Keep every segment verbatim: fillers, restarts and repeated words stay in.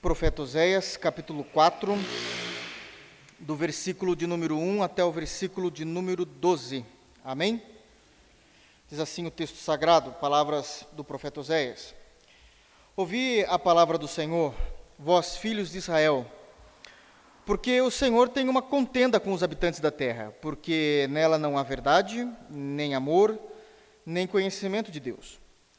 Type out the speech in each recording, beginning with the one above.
Profeta Oséias, capítulo quatro, do versículo de número um até o versículo de número doze. Amém? Diz assim o texto sagrado, palavras do profeta Oséias. Ouvi a palavra do Senhor, vós filhos de Israel, porque o Senhor tem uma contenda com os habitantes da terra, porque nela não há verdade, nem amor, nem conhecimento de Deus.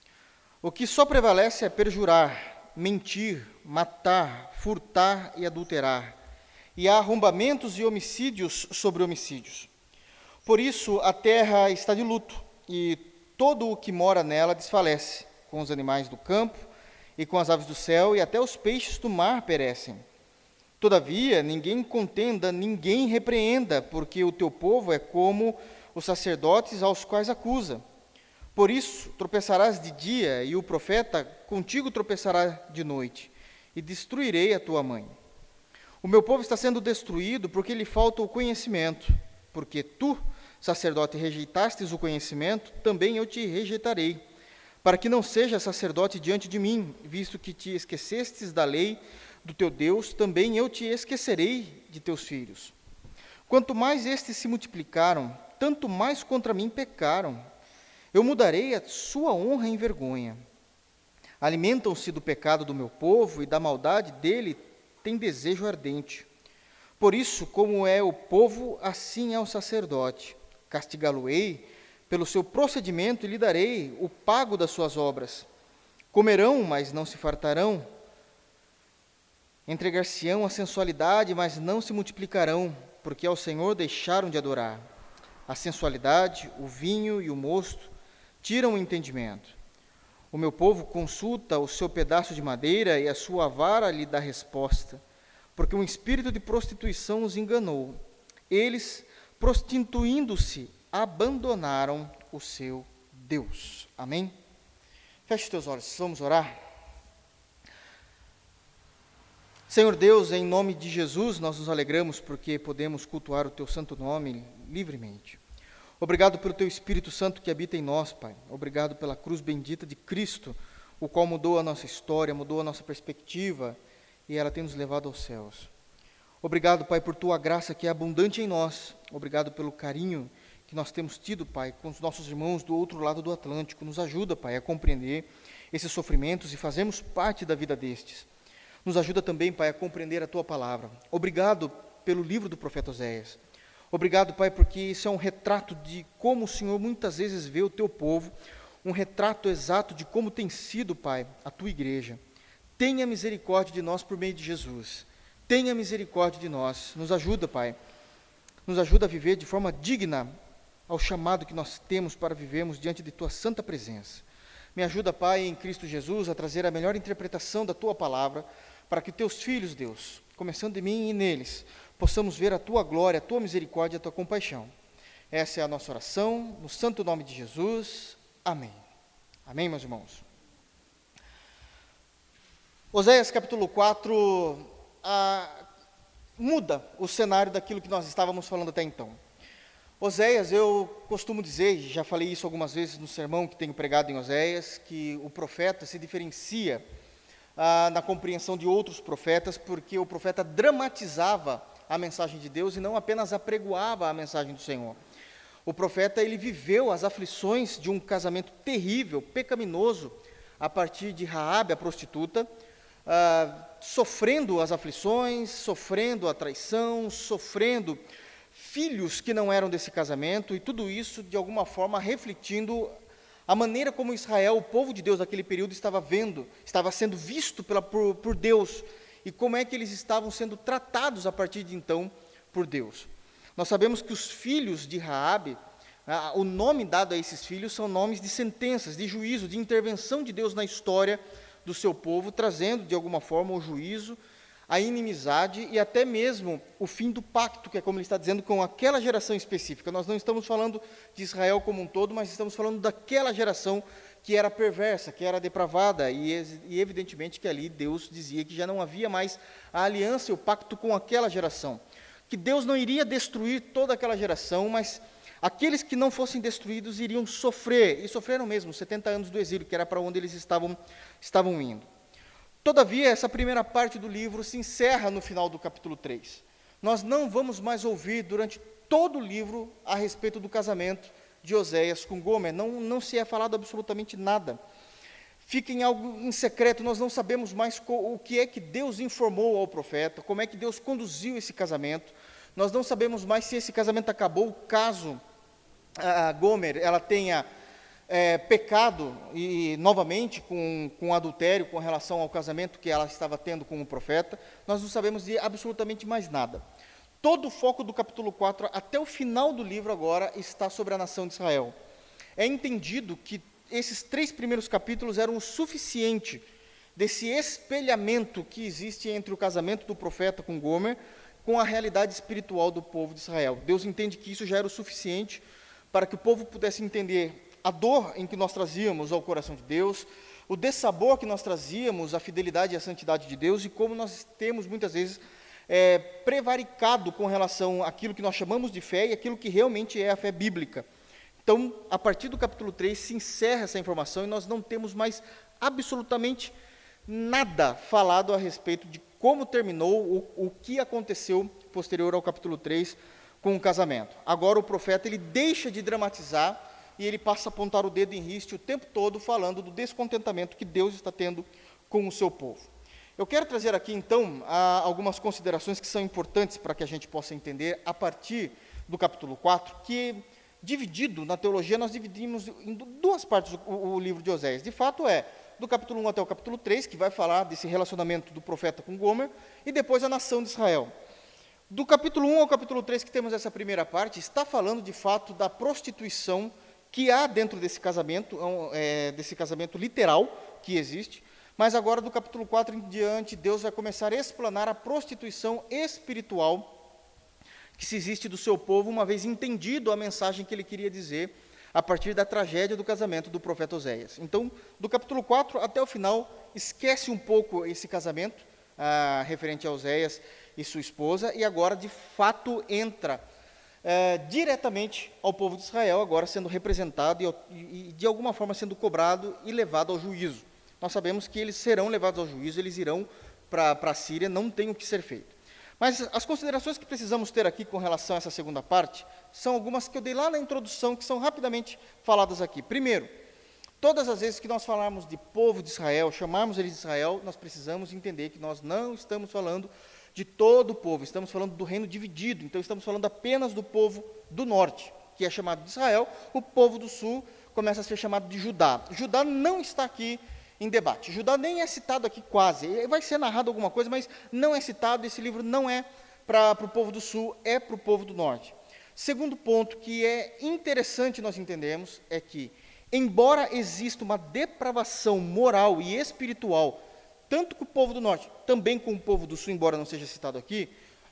O que só prevalece é perjurar, mentir, matar, furtar e adulterar, e há arrombamentos e homicídios sobre homicídios. Por isso a terra está de luto, e todo o que mora nela desfalece, com os animais do campo e com as aves do céu, e até os peixes do mar perecem. Todavia, ninguém contenda, ninguém repreenda, porque o teu povo é como os sacerdotes aos quais acusa. Por isso, tropeçarás de dia, e o profeta contigo tropeçará de noite, e destruirei a tua mãe. O meu povo está sendo destruído porque lhe falta o conhecimento, porque tu, sacerdote, rejeitastes o conhecimento, também eu te rejeitarei, para que não seja sacerdote diante de mim, visto que te esquecestes da lei do teu Deus, também eu te esquecerei de teus filhos. Quanto mais estes se multiplicaram, tanto mais contra mim pecaram. Eu mudarei a sua honra em vergonha. Alimentam-se do pecado do meu povo e da maldade dele têm desejo ardente. Por isso, como é o povo, assim é o sacerdote. Castigá-lo-ei pelo seu procedimento e lhe darei o pago das suas obras. Comerão, mas não se fartarão. Entregar-se-ão à sensualidade, mas não se multiplicarão, porque ao Senhor deixaram de adorar. A sensualidade, o vinho e o mosto tiram o entendimento. O meu povo consulta o seu pedaço de madeira e a sua vara lhe dá resposta, porque um espírito de prostituição os enganou. Eles, prostituindo-se, abandonaram o seu Deus. Amém? Feche os teus olhos, vamos orar. Senhor Deus, em nome de Jesus, nós nos alegramos porque podemos cultuar o teu santo nome livremente. Obrigado pelo teu Espírito Santo que habita em nós, Pai. Obrigado pela cruz bendita de Cristo, o qual mudou a nossa história, mudou a nossa perspectiva e ela tem nos levado aos céus. Obrigado, Pai, por tua graça que é abundante em nós. Obrigado pelo carinho que nós temos tido, Pai, com os nossos irmãos do outro lado do Atlântico. Nos ajuda, Pai, a compreender esses sofrimentos e fazermos parte da vida destes. Nos ajuda também, Pai, a compreender a tua palavra. Obrigado pelo livro do profeta Oséias. Obrigado, Pai, porque isso é um retrato de como o Senhor muitas vezes vê o teu povo, um retrato exato de como tem sido, Pai, a tua igreja. Tenha misericórdia de nós por meio de Jesus. Tenha misericórdia de nós. Nos ajuda, Pai. Nos ajuda a viver de forma digna ao chamado que nós temos para vivermos diante de tua santa presença. Me ajuda, Pai, em Cristo Jesus, a trazer a melhor interpretação da tua palavra, para que teus filhos, Deus, começando de mim e neles, possamos ver a tua glória, a tua misericórdia, a tua compaixão. Essa é a nossa oração, no santo nome de Jesus. Amém. Amém, meus irmãos. Oséias capítulo quatro ah, muda o cenário daquilo que nós estávamos falando até então. Oséias, eu costumo dizer, já falei isso algumas vezes no sermão que tenho pregado em Oséias, que o profeta se diferencia ah, na compreensão de outros profetas, porque o profeta dramatizava a mensagem de Deus e não apenas apregoava a mensagem do Senhor. O profeta, ele viveu as aflições de um casamento terrível, pecaminoso, a partir de Raabe, a prostituta, ah, sofrendo as aflições, sofrendo a traição, sofrendo filhos que não eram desse casamento, e tudo isso, de alguma forma, refletindo a maneira como Israel, o povo de Deus daquele período, estava vendo, estava sendo visto pela, por, por Deus, e como é que eles estavam sendo tratados a partir de então por Deus. Nós sabemos que os filhos de Raabe, ah, o nome dado a esses filhos são nomes de sentenças, de juízo, de intervenção de Deus na história do seu povo, trazendo de alguma forma o juízo, a inimizade e até mesmo o fim do pacto, que é como ele está dizendo, com aquela geração específica. Nós não estamos falando de Israel como um todo, mas estamos falando daquela geração que era perversa, que era depravada, e, e evidentemente que ali Deus dizia que já não havia mais a aliança e o pacto com aquela geração, que Deus não iria destruir toda aquela geração, mas aqueles que não fossem destruídos iriam sofrer, e sofreram mesmo, setenta anos do exílio, que era para onde eles estavam, estavam indo. Todavia, essa primeira parte do livro se encerra no final do capítulo três. Nós não vamos mais ouvir durante todo o livro a respeito do casamento de Oséias com Gomer. Não, não se é falado absolutamente nada. Fica em algo em secreto, nós não sabemos mais o que é que Deus informou ao profeta, como é que Deus conduziu esse casamento. Nós não sabemos mais se esse casamento acabou, caso a Gomer ela tenha é, pecado e novamente com, com adultério com relação ao casamento que ela estava tendo com o profeta. Nós não sabemos de absolutamente mais nada. Todo o foco do capítulo quatro até o final do livro agora está sobre a nação de Israel. É entendido que esses três primeiros capítulos eram o suficiente desse espelhamento que existe entre o casamento do profeta com Gomer com a realidade espiritual do povo de Israel. Deus entende que isso já era o suficiente para que o povo pudesse entender a dor em que nós trazíamos ao coração de Deus, o dessabor que nós trazíamos à fidelidade e à santidade de Deus e como nós temos muitas vezes é, prevaricado com relação àquilo que nós chamamos de fé e aquilo que realmente é a fé bíblica. Então, a partir do capítulo três, se encerra essa informação e nós não temos mais absolutamente nada falado a respeito de como terminou, o, o que aconteceu posterior ao capítulo três com o casamento. Agora o profeta ele deixa de dramatizar e ele passa a apontar o dedo em riste o tempo todo, falando do descontentamento que Deus está tendo com o seu povo. Eu quero trazer aqui, então, a, algumas considerações que são importantes para que a gente possa entender a partir do capítulo quatro, que dividido na teologia, nós dividimos em duas partes o, o livro de Oséias. De fato é do capítulo um até o capítulo três, que vai falar desse relacionamento do profeta com Gomer, e depois a nação de Israel. Do capítulo um ao capítulo três, que temos essa primeira parte, está falando de fato da prostituição que há dentro desse casamento, é, desse casamento literal que existe, mas agora do capítulo quatro em diante, Deus vai começar a explanar a prostituição espiritual que se existe do seu povo, uma vez entendido a mensagem que ele queria dizer a partir da tragédia do casamento do profeta Oséias. Então, do capítulo quatro até o final, esquece um pouco esse casamento, ah, referente a Oséias e sua esposa, e agora, de fato, entra ah, diretamente ao povo de Israel, agora sendo representado e, e, de alguma forma, sendo cobrado e levado ao juízo. Nós sabemos que eles serão levados ao juízo, eles irão para a Síria, não tem o que ser feito. Mas as considerações que precisamos ter aqui com relação a essa segunda parte, são algumas que eu dei lá na introdução, que são rapidamente faladas aqui. Primeiro, todas as vezes que nós falarmos de povo de Israel, chamarmos eles de Israel, nós precisamos entender que nós não estamos falando de todo o povo, estamos falando do reino dividido, então estamos falando apenas do povo do norte, que é chamado de Israel, o povo do sul começa a ser chamado de Judá. Judá não está aqui em debate. Judá nem é citado aqui quase, vai ser narrado alguma coisa, mas não é citado, esse livro não é para o povo do sul, é para o povo do norte. Segundo ponto que é interessante nós entendermos, é que, embora exista uma depravação moral e espiritual, tanto com o povo do norte, também com o povo do sul, embora não seja citado aqui,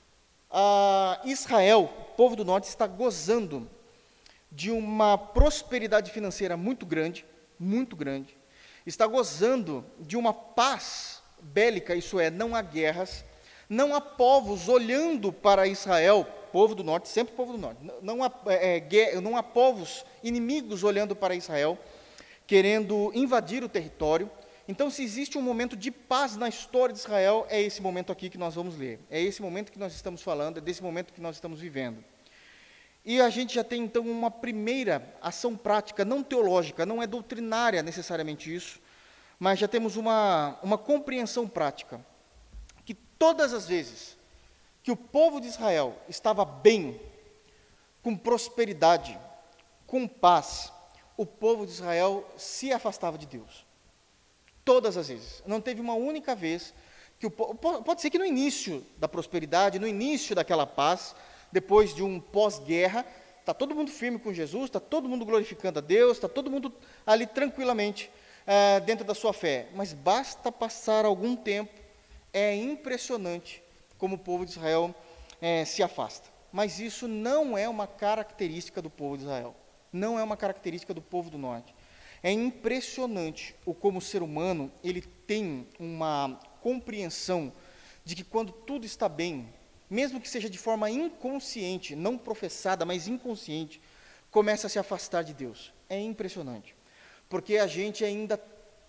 a Israel, o povo do norte, está gozando de uma prosperidade financeira muito grande, muito grande, está gozando de uma paz bélica, isso é, não há guerras, não há povos olhando para Israel, povo do norte, sempre povo do norte, não há, é, não há povos inimigos olhando para Israel, querendo invadir o território. Então, se existe um momento de paz na história de Israel, é esse momento aqui que nós vamos ler, é esse momento que nós estamos falando, é desse momento que nós estamos vivendo. E a gente já tem, então, uma primeira ação prática, não teológica, não é doutrinária necessariamente isso, mas já temos uma, uma compreensão prática, que todas as vezes que o povo de Israel estava bem, com prosperidade, com paz, o povo de Israel se afastava de Deus. Todas as vezes. Não teve uma única vez que o povo, pode ser que no início da prosperidade, no início daquela paz, depois de um pós-guerra, está todo mundo firme com Jesus, está todo mundo glorificando a Deus, está todo mundo ali tranquilamente é, dentro da sua fé. Mas basta passar algum tempo, é impressionante como o povo de Israel é, se afasta. Mas isso não é uma característica do povo de Israel, não é uma característica do povo do norte. É impressionante o como o ser humano ele tem uma compreensão de que quando tudo está bem, mesmo que seja de forma inconsciente, não professada, mas inconsciente, começa a se afastar de Deus. É impressionante, porque a gente ainda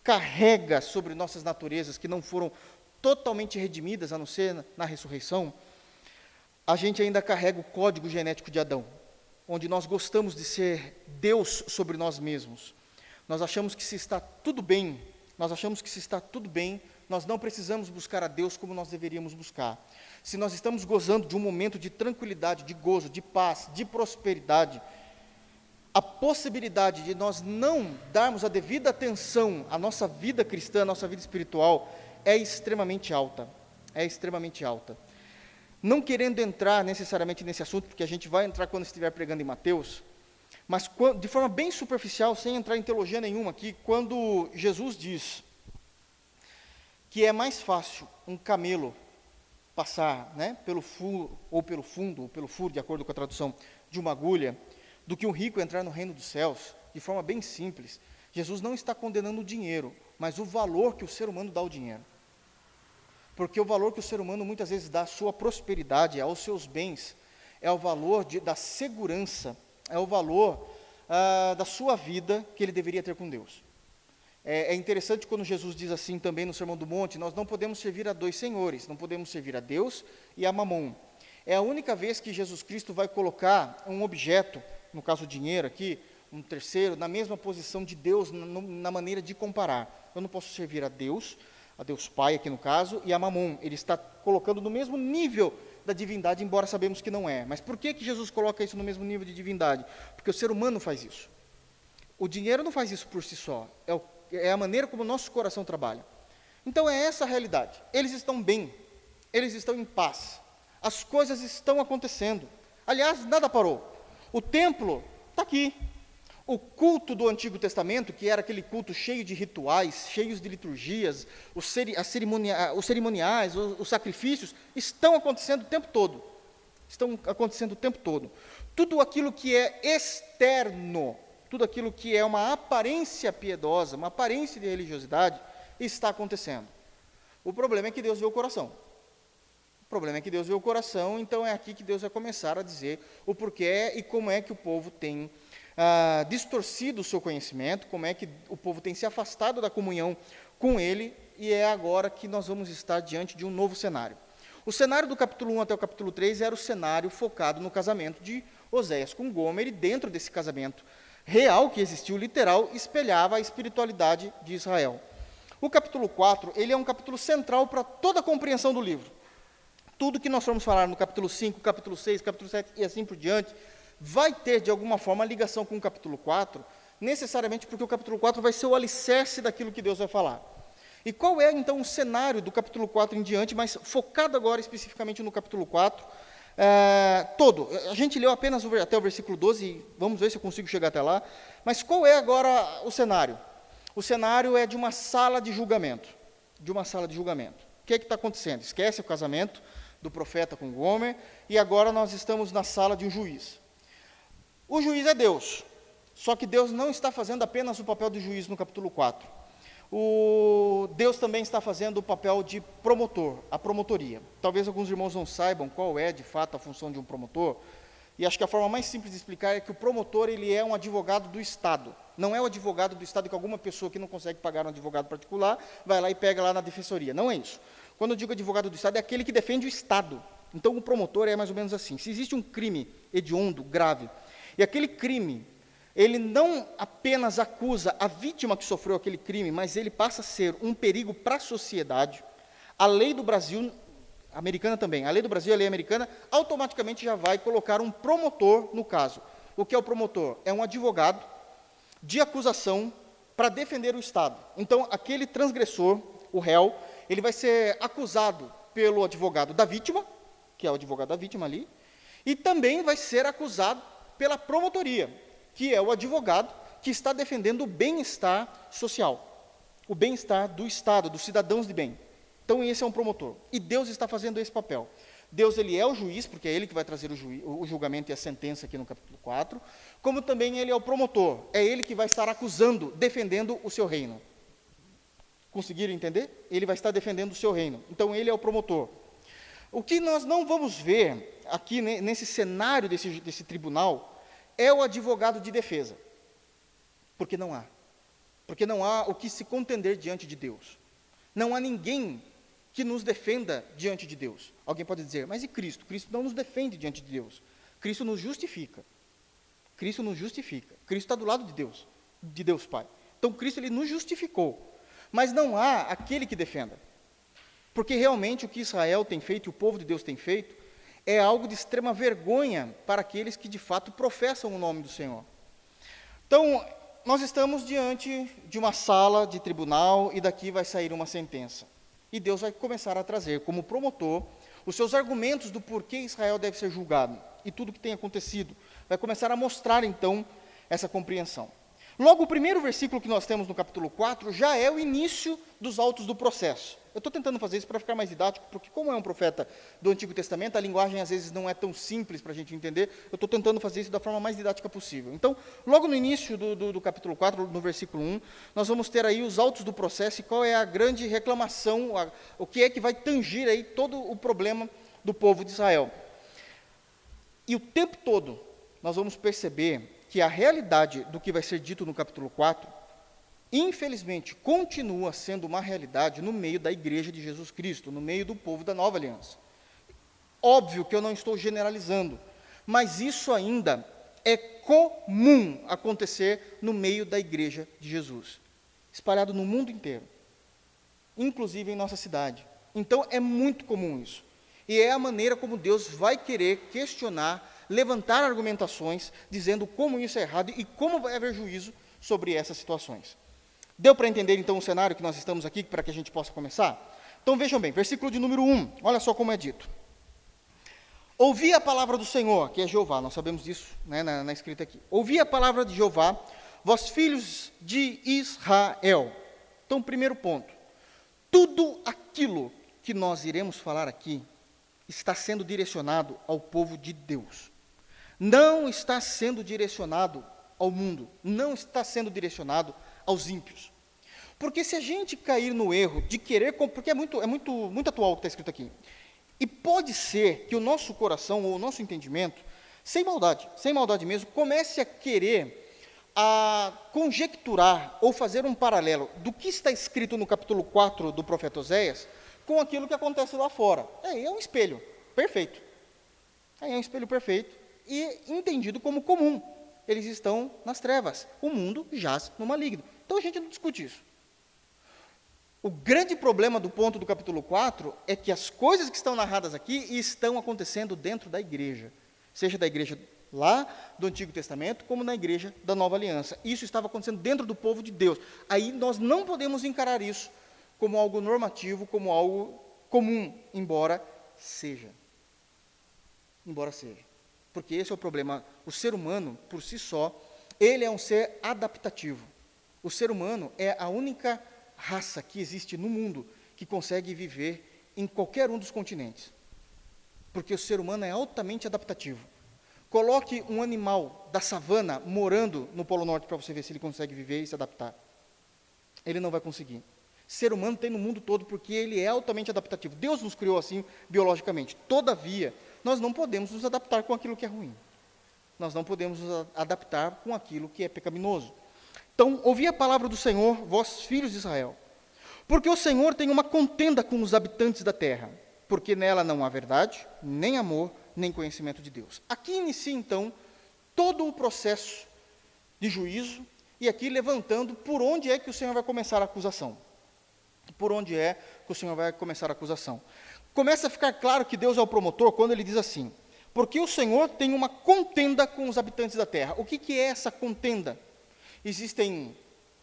carrega sobre nossas naturezas que não foram totalmente redimidas, a não ser na, na ressurreição, a gente ainda carrega o código genético de Adão, onde nós gostamos de ser Deus sobre nós mesmos. Nós achamos que se está tudo bem, nós achamos que se está tudo bem, nós não precisamos buscar a Deus como nós deveríamos buscar. Se nós estamos gozando de um momento de tranquilidade, de gozo, de paz, de prosperidade, a possibilidade de nós não darmos a devida atenção à nossa vida cristã, à nossa vida espiritual, é extremamente alta, é extremamente alta. Não querendo entrar necessariamente nesse assunto, porque a gente vai entrar quando estiver pregando em Mateus, mas de forma bem superficial, sem entrar em teologia nenhuma aqui, quando Jesus diz que é mais fácil um camelo passar, né, pelo furo, ou pelo fundo, ou pelo furo, de acordo com a tradução, de uma agulha, do que um rico entrar no reino dos céus, de forma bem simples. Jesus não está condenando o dinheiro, mas o valor que o ser humano dá ao dinheiro. Porque o valor que o ser humano muitas vezes dá à sua prosperidade, aos seus bens, é o valor de, da segurança, é o valor ah, da sua vida que ele deveria ter com Deus. É, é interessante quando Jesus diz assim também no Sermão do Monte, nós não podemos servir a dois senhores, não podemos servir a Deus e a Mamon. É a única vez que Jesus Cristo vai colocar um objeto, no caso o dinheiro aqui, um terceiro, na mesma posição de Deus, na, na maneira de comparar. Eu não posso servir a Deus, a Deus Pai aqui no caso, e a Mamon. Ele está colocando no mesmo nível da divindade, embora sabemos que não é. Mas por que, que Jesus coloca isso no mesmo nível de divindade? Porque o ser humano faz isso. O dinheiro não faz isso por si só, é, o, é a maneira como o nosso coração trabalha. Então é essa a realidade. Eles estão bem, eles estão em paz, as coisas estão acontecendo. Aliás, nada parou. O templo está aqui. O culto do Antigo Testamento, que era aquele culto cheio de rituais, cheios de liturgias, os, ceri as cerimoniais, os cerimoniais, os, os sacrifícios, estão acontecendo o tempo todo. Estão acontecendo o tempo todo. Tudo aquilo que é externo, tudo aquilo que é uma aparência piedosa, uma aparência de religiosidade, está acontecendo. O problema é que Deus vê o coração. O problema é que Deus vê o coração, então é aqui que Deus vai começar a dizer o porquê e como é que o povo tem Ah, distorcido o seu conhecimento, como é que o povo tem se afastado da comunhão com ele, e é agora que nós vamos estar diante de um novo cenário. O cenário do capítulo um até o capítulo três era o cenário focado no casamento de Oséias com Gomer, e dentro desse casamento real, que existiu literal, espelhava a espiritualidade de Israel. O capítulo quatro, ele é um capítulo central para toda a compreensão do livro. Tudo que nós formos falar no capítulo cinco, capítulo seis, capítulo sete e assim por diante, vai ter, de alguma forma, ligação com o capítulo quatro, necessariamente porque o capítulo quatro vai ser o alicerce daquilo que Deus vai falar. E qual é, então, o cenário do capítulo quatro em diante, mas focado agora especificamente no capítulo quatro, é, todo. A gente leu apenas o, até o versículo doze, e vamos ver se eu consigo chegar até lá, mas qual é agora o cenário? O cenário é de uma sala de julgamento, de uma sala de julgamento. O que é que está acontecendo? Esquece o casamento do profeta com Gomer, e agora nós estamos na sala de um juiz. O juiz é Deus, só que Deus não está fazendo apenas o papel de juiz no capítulo quatro. O Deus também está fazendo o papel de promotor, a promotoria. Talvez alguns irmãos não saibam qual é, de fato, a função de um promotor, e acho que a forma mais simples de explicar é que o promotor, ele é um advogado do Estado. Não é o advogado do Estado que alguma pessoa que não consegue pagar um advogado particular vai lá e pega lá na defensoria. Não é isso. Quando eu digo advogado do Estado, é aquele que defende o Estado. Então, o promotor é mais ou menos assim. Se existe um crime hediondo, grave, e aquele crime, ele não apenas acusa a vítima que sofreu aquele crime, mas ele passa a ser um perigo para a sociedade. A lei do Brasil, americana também, a lei do Brasil e a lei americana, automaticamente já vai colocar um promotor no caso. O que é o promotor? É um advogado de acusação para defender o Estado. Então, aquele transgressor, o réu, ele vai ser acusado pelo advogado da vítima, que é o advogado da vítima ali, e também vai ser acusado pela promotoria, que é o advogado que está defendendo o bem-estar social, o bem-estar do Estado, dos cidadãos de bem. Então, esse é um promotor. E Deus está fazendo esse papel. Deus, ele é o juiz, porque é ele que vai trazer o, juiz, o julgamento e a sentença aqui no capítulo quatro, como também ele é o promotor, é ele que vai estar acusando, defendendo o seu reino. Conseguiram entender? Ele vai estar defendendo o seu reino. Então, ele é o promotor. O que nós não vamos ver aqui, nesse cenário desse, desse tribunal, é o advogado de defesa, porque não há. porque não há o que se contender diante de Deus. Não há ninguém que nos defenda diante de Deus. Alguém pode dizer, mas e Cristo? Cristo não nos defende diante de Deus. Cristo nos justifica. Cristo nos justifica. Cristo está do lado de Deus, de Deus Pai. Então, Cristo, ele nos justificou. Mas não há aquele que defenda. Porque realmente o que Israel tem feito, e o povo de Deus tem feito, é algo de extrema vergonha para aqueles que de fato professam o nome do Senhor. Então, nós estamos diante de uma sala de tribunal e daqui vai sair uma sentença. E Deus vai começar a trazer como promotor os seus argumentos do porquê Israel deve ser julgado e tudo o que tem acontecido. Vai começar a mostrar então essa compreensão. Logo, o primeiro versículo que nós temos no capítulo quatro já é o início dos autos do processo. Eu estou tentando fazer isso para ficar mais didático, porque como é um profeta do Antigo Testamento, a linguagem às vezes não é tão simples para a gente entender, eu estou tentando fazer isso da forma mais didática possível. Então, logo no início do, do, do capítulo quatro, no versículo um, nós vamos ter aí os autos do processo e qual é a grande reclamação, a, o que é que vai tangir aí todo o problema do povo de Israel. E o tempo todo nós vamos perceber que a realidade do que vai ser dito no capítulo quatro, infelizmente, continua sendo uma realidade no meio da igreja de Jesus Cristo, no meio do povo da nova aliança. Óbvio que eu não estou generalizando, mas isso ainda é comum acontecer no meio da igreja de Jesus, espalhado no mundo inteiro, inclusive em nossa cidade. Então, é muito comum isso. E é a maneira como Deus vai querer questionar, levantar argumentações, dizendo como isso é errado e como vai haver juízo sobre essas situações. Deu para entender, então, o cenário que nós estamos aqui, para que a gente possa começar? Então, vejam bem, versículo de número um, olha só como é dito. Ouvi a palavra do Senhor, que é Jeová, nós sabemos disso, né, na, na escrita aqui. Ouvi a palavra de Jeová, vós filhos de Israel. Então, primeiro ponto, tudo aquilo que nós iremos falar aqui está sendo direcionado ao povo de Deus. Não está sendo direcionado ao mundo, não está sendo direcionado aos ímpios. Porque se a gente cair no erro de querer, porque é muito, é muito, muito atual o que está escrito aqui, e pode ser que o nosso coração ou o nosso entendimento, sem maldade, sem maldade mesmo, comece a querer a conjecturar ou fazer um paralelo do que está escrito no capítulo quatro do profeta Oséias com aquilo que acontece lá fora. Aí é um espelho perfeito. Aí é um espelho perfeito e entendido como comum. Eles estão nas trevas. O mundo jaz no maligno. Então a gente não discute isso. O grande problema do ponto do capítulo quatro é que as coisas que estão narradas aqui estão acontecendo dentro da igreja. Seja da igreja lá do Antigo Testamento, como na igreja da Nova Aliança. Isso estava acontecendo dentro do povo de Deus. Aí nós não podemos encarar isso como algo normativo, como algo comum, embora seja. Embora seja. Porque esse é o problema. O ser humano, por si só, ele é um ser adaptativo. O ser humano é a única raça que existe no mundo que consegue viver em qualquer um dos continentes. Porque o ser humano é altamente adaptativo. Coloque um animal da savana morando no Polo Norte para você ver se ele consegue viver e se adaptar. Ele não vai conseguir. Ser humano tem no mundo todo porque ele é altamente adaptativo. Deus nos criou assim biologicamente. Todavia, nós não podemos nos adaptar com aquilo que é ruim. Nós não podemos nos adaptar com aquilo que é pecaminoso. Então, ouvi a palavra do Senhor, vós filhos de Israel. Porque o Senhor tem uma contenda com os habitantes da terra, porque nela não há verdade, nem amor, nem conhecimento de Deus. Aqui inicia, então, todo o processo de juízo, e aqui levantando por onde é que o Senhor vai começar a acusação. Por onde é que o Senhor vai começar a acusação. Começa a ficar claro que Deus é o promotor quando ele diz assim, porque o Senhor tem uma contenda com os habitantes da terra. O que, que é essa contenda? Existem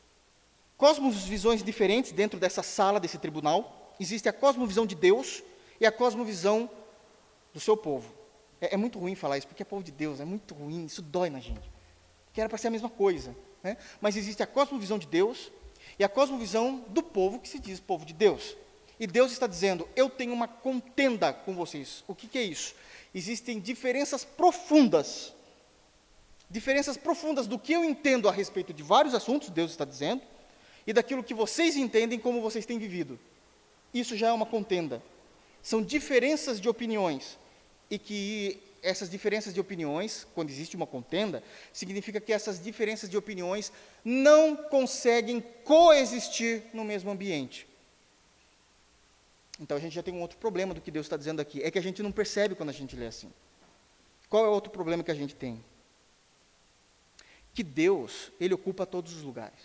cosmovisões diferentes dentro dessa sala, desse tribunal. Existe a cosmovisão de Deus e a cosmovisão do seu povo. É, é muito ruim falar isso, porque é povo de Deus, é muito ruim, isso dói na gente. Porque era para ser a mesma coisa. Né? Mas existe a cosmovisão de Deus e a cosmovisão do povo que se diz povo de Deus. E Deus está dizendo, eu tenho uma contenda com vocês. O que, que é isso? Existem diferenças profundas, diferenças profundas do que eu entendo a respeito de vários assuntos, Deus está dizendo, e daquilo que vocês entendem como vocês têm vivido. Isso já é uma contenda. São diferenças de opiniões, e que essas diferenças de opiniões, quando existe uma contenda, significa que essas diferenças de opiniões não conseguem coexistir no mesmo ambiente. Então a gente já tem um outro problema do que Deus está dizendo aqui, é que a gente não percebe quando a gente lê assim. Qual é o outro problema que a gente tem? Que Deus, Ele ocupa todos os lugares.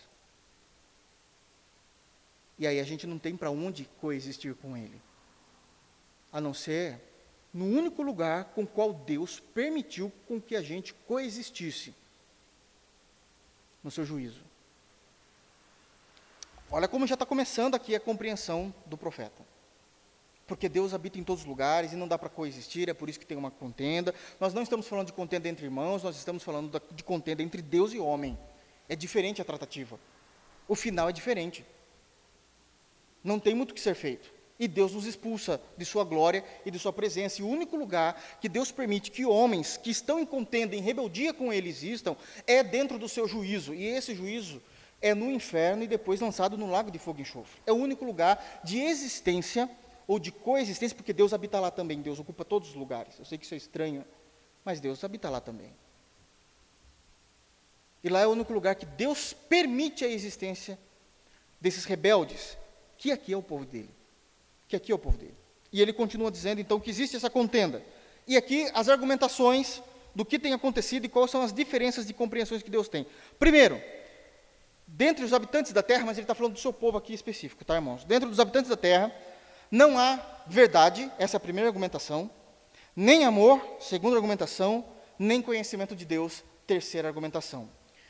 E aí a gente não tem para onde coexistir com Ele, a não ser no único lugar com o qual Deus permitiu com que a gente coexistisse, no seu juízo. Olha como já está começando aqui a compreensão do profeta. Porque Deus habita em todos os lugares e não dá para coexistir, é por isso que tem uma contenda. Nós não estamos falando de contenda entre irmãos, nós estamos falando de contenda entre Deus e homem. É diferente a tratativa. O final é diferente. Não tem muito o que ser feito. E Deus nos expulsa de sua glória e de sua presença. E o único lugar que Deus permite que homens que estão em contenda, em rebeldia com Ele existam, é dentro do seu juízo. E esse juízo é no inferno e depois lançado no lago de fogo e enxofre. É o único lugar de existência ou de coexistência, porque Deus habita lá também. Deus ocupa todos os lugares. Eu sei que isso é estranho, mas Deus habita lá também. E lá é o único lugar que Deus permite a existência desses rebeldes, que aqui é o povo dele. Que aqui é o povo dele. E ele continua dizendo, então, que existe essa contenda. E aqui, as argumentações do que tem acontecido e quais são as diferenças de compreensões que Deus tem. Primeiro, dentre os habitantes da terra, mas ele está falando do seu povo aqui específico, tá, irmãos? Dentro dos habitantes da terra, não há verdade, essa é a primeira argumentação, nem amor, segunda argumentação, nem conhecimento de Deus, terceira argumentação.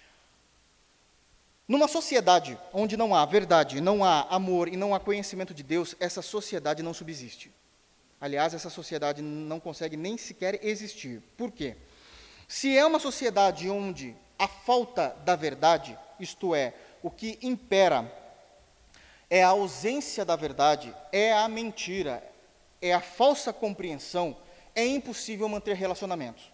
Numa sociedade onde não há verdade, não há amor e não há conhecimento de Deus, essa sociedade não subsiste. Aliás, essa sociedade não consegue nem sequer existir. Por quê? Se é uma sociedade onde a falta da verdade, isto é, o que impera é a ausência da verdade, é a mentira, é a falsa compreensão, é impossível manter relacionamentos.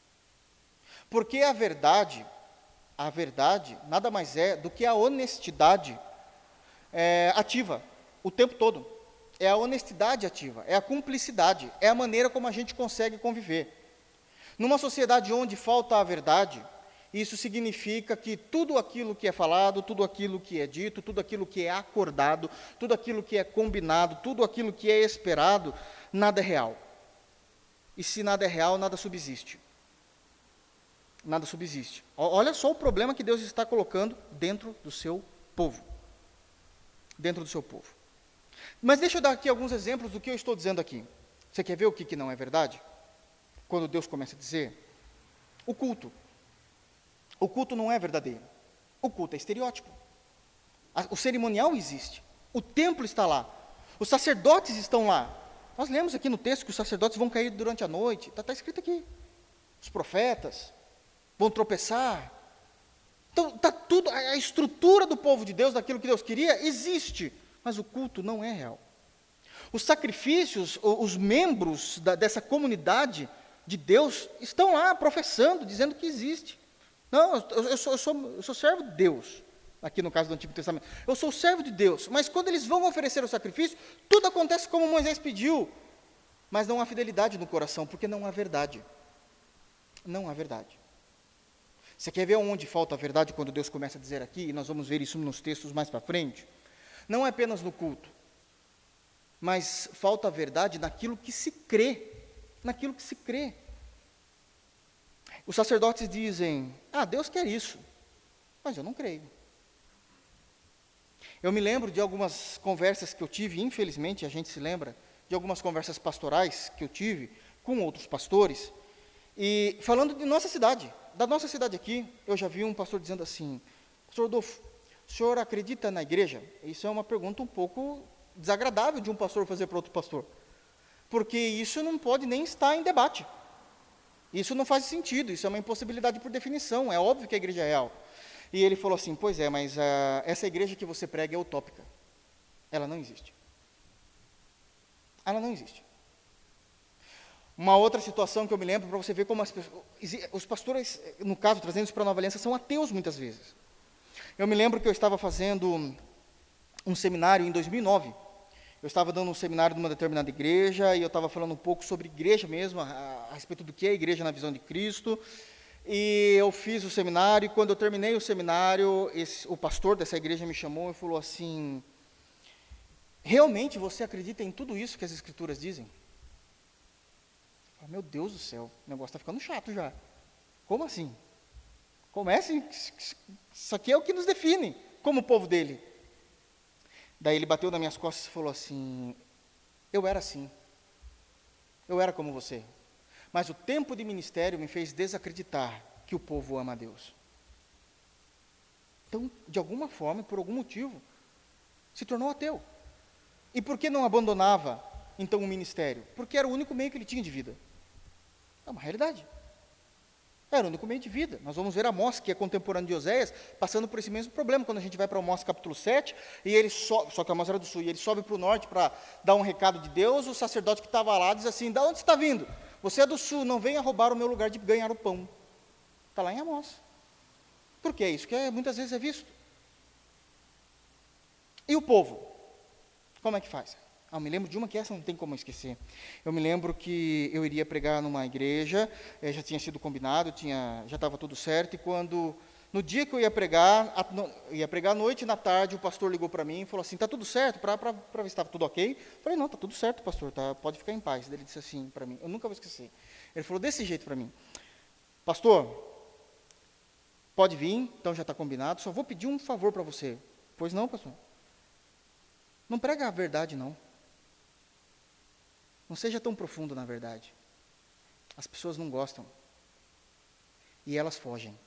Porque a verdade... A verdade nada mais é do que a honestidade é, ativa, o tempo todo. É a honestidade ativa, é a cumplicidade, é a maneira como a gente consegue conviver. Numa sociedade onde falta a verdade, isso significa que tudo aquilo que é falado, tudo aquilo que é dito, tudo aquilo que é acordado, tudo aquilo que é combinado, tudo aquilo que é esperado, nada é real. E se nada é real, nada subsiste. Nada subsiste. Olha só o problema que Deus está colocando dentro do seu povo. Dentro do seu povo. Mas deixa eu dar aqui alguns exemplos do que eu estou dizendo aqui. Você quer ver o que, que não é verdade? Quando Deus começa a dizer, o culto. O culto não é verdadeiro. O culto é estereótipo. O cerimonial existe. O templo está lá. Os sacerdotes estão lá. Nós lemos aqui no texto que os sacerdotes vão cair durante a noite. Está tá escrito aqui. Os profetas vão tropeçar. Então, está tudo, a estrutura do povo de Deus, daquilo que Deus queria, existe, mas o culto não é real. Os sacrifícios, os membros da, dessa comunidade de Deus estão lá professando, dizendo que existe. Não, eu, eu, sou, eu, sou, eu sou servo de Deus, aqui no caso do Antigo Testamento. Eu sou servo de Deus, mas quando eles vão oferecer o sacrifício, tudo acontece como Moisés pediu, mas não há fidelidade no coração, porque não há verdade. Não há verdade. Você quer ver onde falta a verdade quando Deus começa a dizer aqui, e nós vamos ver isso nos textos mais para frente? Não é apenas no culto, mas falta a verdade naquilo que se crê, naquilo que se crê. Os sacerdotes dizem, ah, Deus quer isso, mas eu não creio. Eu me lembro de algumas conversas que eu tive, infelizmente a gente se lembra, de algumas conversas pastorais que eu tive com outros pastores, e falando de nossa cidade, da nossa cidade aqui, eu já vi um pastor dizendo assim, pastor Rodolfo, o senhor acredita na igreja? Isso é uma pergunta um pouco desagradável de um pastor fazer para outro pastor, porque isso não pode nem estar em debate, isso não faz sentido, isso é uma impossibilidade por definição, é óbvio que a igreja é real. E ele falou assim, pois é, mas uh, essa igreja que você prega é utópica, ela não existe, ela não existe. Uma outra situação que eu me lembro, para você ver como as pessoas, os pastores, no caso, trazendo isso para a Nova Aliança, são ateus muitas vezes. Eu me lembro que eu estava fazendo um seminário em dois mil e nove, eu estava dando um seminário numa determinada igreja, e eu estava falando um pouco sobre igreja mesmo, a, a respeito do que é a igreja na visão de Cristo, e eu fiz o seminário, e quando eu terminei o seminário, esse, o pastor dessa igreja me chamou e falou assim, realmente você acredita em tudo isso que as Escrituras dizem? Eu falei, meu Deus do céu, o negócio está ficando chato já. Como assim? Como é assim? Isso aqui é o que nos define, como o povo dele. Daí ele bateu nas minhas costas e falou assim, eu era assim, eu era como você, mas o tempo de ministério me fez desacreditar que o povo ama a Deus. Então, de alguma forma, por algum motivo, se tornou ateu. E por que não abandonava, então, o ministério? Porque era o único meio que ele tinha de vida. É uma realidade. Era o único meio de vida. Nós vamos ver Amós, que é contemporâneo de Oséias, passando por esse mesmo problema, quando a gente vai para Amós capítulo sete, e ele so, só que Amós era do sul, e ele sobe para o norte para dar um recado de Deus, o sacerdote que estava lá diz assim, da onde você está vindo? Você é do sul, não venha roubar o meu lugar de ganhar o pão. Está lá em Amós. Por que isso? Que é, muitas vezes é visto. E o povo? Como é que faz? Ah, eu me lembro de uma que essa não tem como esquecer. Eu me lembro que eu iria pregar numa igreja, eh, já tinha sido combinado, tinha, já estava tudo certo, e quando, no dia que eu ia pregar, a, no, ia pregar à noite, na tarde, o pastor ligou para mim e falou assim, está tudo certo, para ver se estava tudo ok? Eu falei, não, está tudo certo, pastor, tá, pode ficar em paz. Ele disse assim para mim, eu nunca vou esquecer. Ele falou desse jeito para mim, pastor, pode vir, então já está combinado, só vou pedir um favor para você. Pois não, pastor? Não prega a verdade, não. Não seja tão profundo na verdade. As pessoas não gostam. E elas fogem.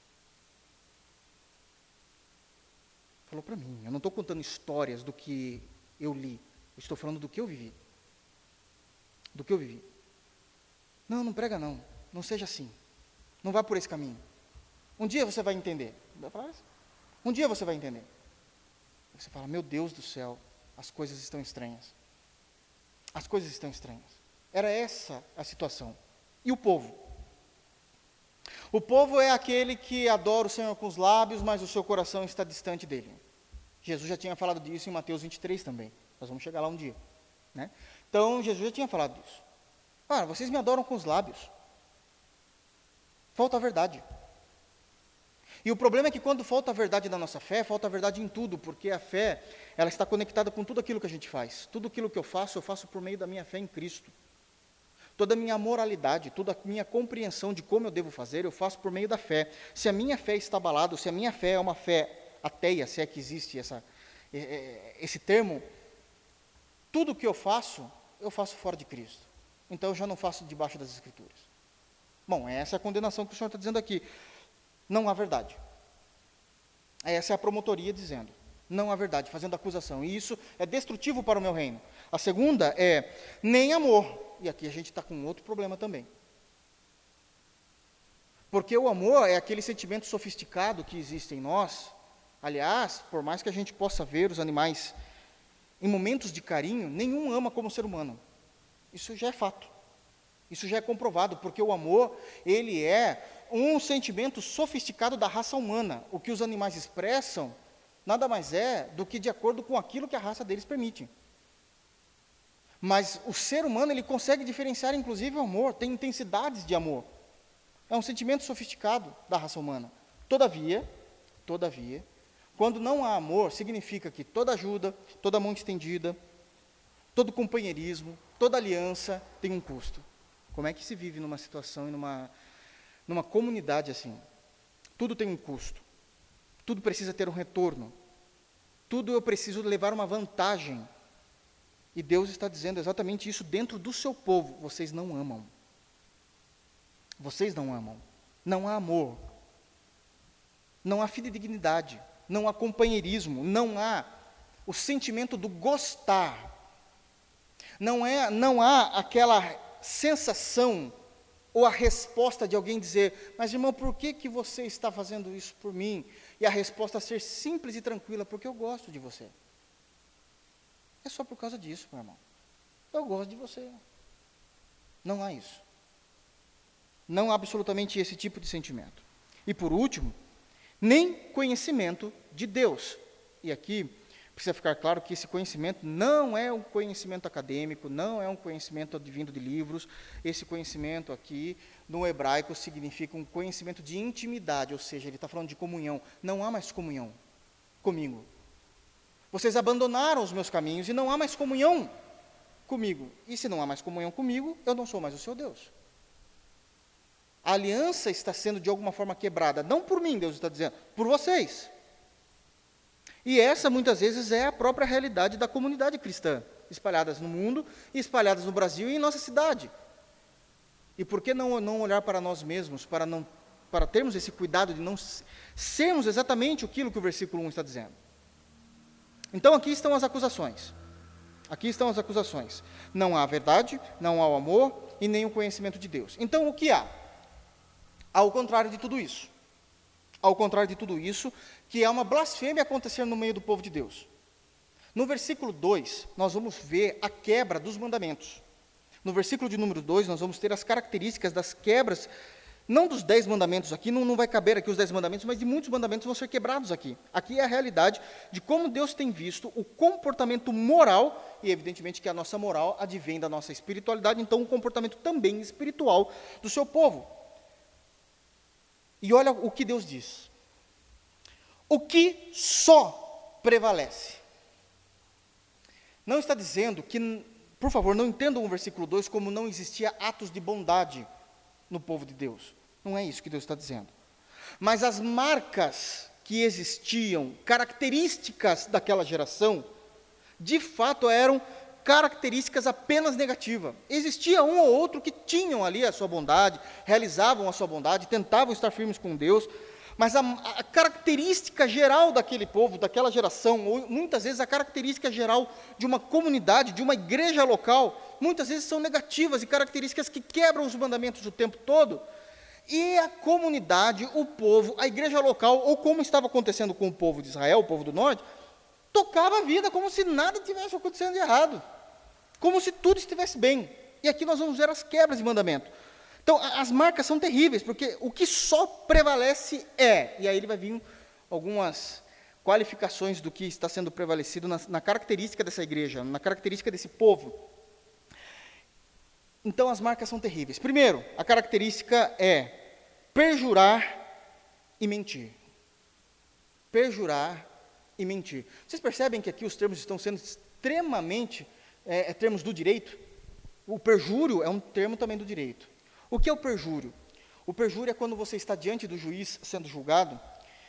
Falou para mim, eu não estou contando histórias do que eu li, eu estou falando do que eu vivi. Do que eu vivi. Não, não prega não, não seja assim. Não vá por esse caminho. Um dia você vai entender. Um dia você vai entender. Você fala, meu Deus do céu, as coisas estão estranhas. As coisas estão estranhas. Era essa a situação. E o povo? O povo é aquele que adora o Senhor com os lábios, mas o seu coração está distante dele. Jesus já tinha falado disso em Mateus vinte e três também. Nós vamos chegar lá um dia. Né? Então, Jesus já tinha falado disso. Ah, vocês me adoram com os lábios. Falta a verdade. E o problema é que quando falta a verdade da nossa fé, falta a verdade em tudo, porque a fé, ela está conectada com tudo aquilo que a gente faz. Tudo aquilo que eu faço, eu faço por meio da minha fé em Cristo. Toda a minha moralidade, toda a minha compreensão de como eu devo fazer, eu faço por meio da fé. Se a minha fé está abalada, se a minha fé é uma fé ateia, se é que existe essa, esse termo, tudo que eu faço, eu faço fora de Cristo. Então eu já não faço debaixo das Escrituras. Bom, essa é a condenação que o Senhor está dizendo aqui. Não há verdade. Essa é a promotoria dizendo, não há verdade, fazendo acusação. E isso é destrutivo para o meu reino. A segunda é, nem amor. E aqui a gente está com outro problema também. Porque o amor é aquele sentimento sofisticado que existe em nós. Aliás, por mais que a gente possa ver os animais em momentos de carinho, nenhum ama como ser humano. Isso já é fato. Isso já é comprovado, porque o amor, ele é um sentimento sofisticado da raça humana. O que os animais expressam, nada mais é do que de acordo com aquilo que a raça deles permite. Mas o ser humano, ele consegue diferenciar, inclusive, o amor, tem intensidades de amor. É um sentimento sofisticado da raça humana. Todavia, todavia, quando não há amor, significa que toda ajuda, toda mão estendida, todo companheirismo, toda aliança tem um custo. Como é que se vive numa situação e numa, numa comunidade assim? Tudo tem um custo. Tudo precisa ter um retorno. Tudo eu preciso levar uma vantagem. E Deus está dizendo exatamente isso dentro do seu povo. Vocês não amam. Vocês não amam. Não há amor. Não há fidedignidade. Não há companheirismo. Não há o sentimento do gostar. Não, é, não há aquela sensação ou a resposta de alguém dizer, mas irmão, por que, que você está fazendo isso por mim? E a resposta ser simples e tranquila, porque eu gosto de você. É só por causa disso, meu irmão. Eu gosto de você. Não há isso. Não há absolutamente esse tipo de sentimento. E por último, nem conhecimento de Deus. E aqui, precisa ficar claro que esse conhecimento não é um conhecimento acadêmico, não é um conhecimento advindo de livros. Esse conhecimento aqui, no hebraico, significa um conhecimento de intimidade, ou seja, ele está falando de comunhão. Não há mais comunhão comigo. Vocês abandonaram os meus caminhos e não há mais comunhão comigo. E se não há mais comunhão comigo, eu não sou mais o seu Deus. A aliança está sendo de alguma forma quebrada, não por mim, Deus está dizendo, por vocês. E essa, muitas vezes, é a própria realidade da comunidade cristã, espalhadas no mundo, e espalhadas no Brasil e em nossa cidade. E por que não, não olhar para nós mesmos, para, não, para termos esse cuidado de não sermos exatamente aquilo que o versículo um está dizendo? Então, aqui estão as acusações. Aqui estão as acusações. Não há a verdade, não há o amor e nem o conhecimento de Deus. Então, o que há? Ao contrário de tudo isso. Ao contrário de tudo isso, que há uma blasfêmia acontecendo no meio do povo de Deus. No versículo dois, nós vamos ver a quebra dos mandamentos. No versículo de número dois, nós vamos ter as características das quebras, não dos dez mandamentos aqui, não, não vai caber aqui os dez mandamentos, mas de muitos mandamentos vão ser quebrados aqui. Aqui é a realidade de como Deus tem visto o comportamento moral, e evidentemente que a nossa moral advém da nossa espiritualidade, então o comportamento também espiritual do seu povo. E olha o que Deus diz. O que só prevalece. Não está dizendo que, por favor, não entendam o versículo dois como não existia atos de bondade no povo de Deus. Não é isso que Deus está dizendo. Mas as marcas que existiam, características daquela geração, de fato eram características apenas negativas. Existia um ou outro que tinham ali a sua bondade, realizavam a sua bondade, tentavam estar firmes com Deus, mas a, a característica geral daquele povo, daquela geração, ou muitas vezes a característica geral de uma comunidade, de uma igreja local, muitas vezes são negativas e características que quebram os mandamentos o tempo todo. E a comunidade, o povo, a igreja local, ou como estava acontecendo com o povo de Israel, o povo do norte, tocava a vida como se nada tivesse acontecendo de errado, como se tudo estivesse bem. E aqui nós vamos ver as quebras de mandamento. Então, as marcas são terríveis, porque o que só prevalece é, e aí ele vai vir algumas qualificações do que está sendo prevalecido na, na característica dessa igreja, na característica desse povo. Então, as marcas são terríveis. Primeiro, a característica é perjurar e mentir. Perjurar e mentir. Vocês percebem que aqui os termos estão sendo extremamente, é, é, termos do direito? O perjúrio é um termo também do direito. O que é o perjúrio? O perjúrio é quando você está diante do juiz sendo julgado,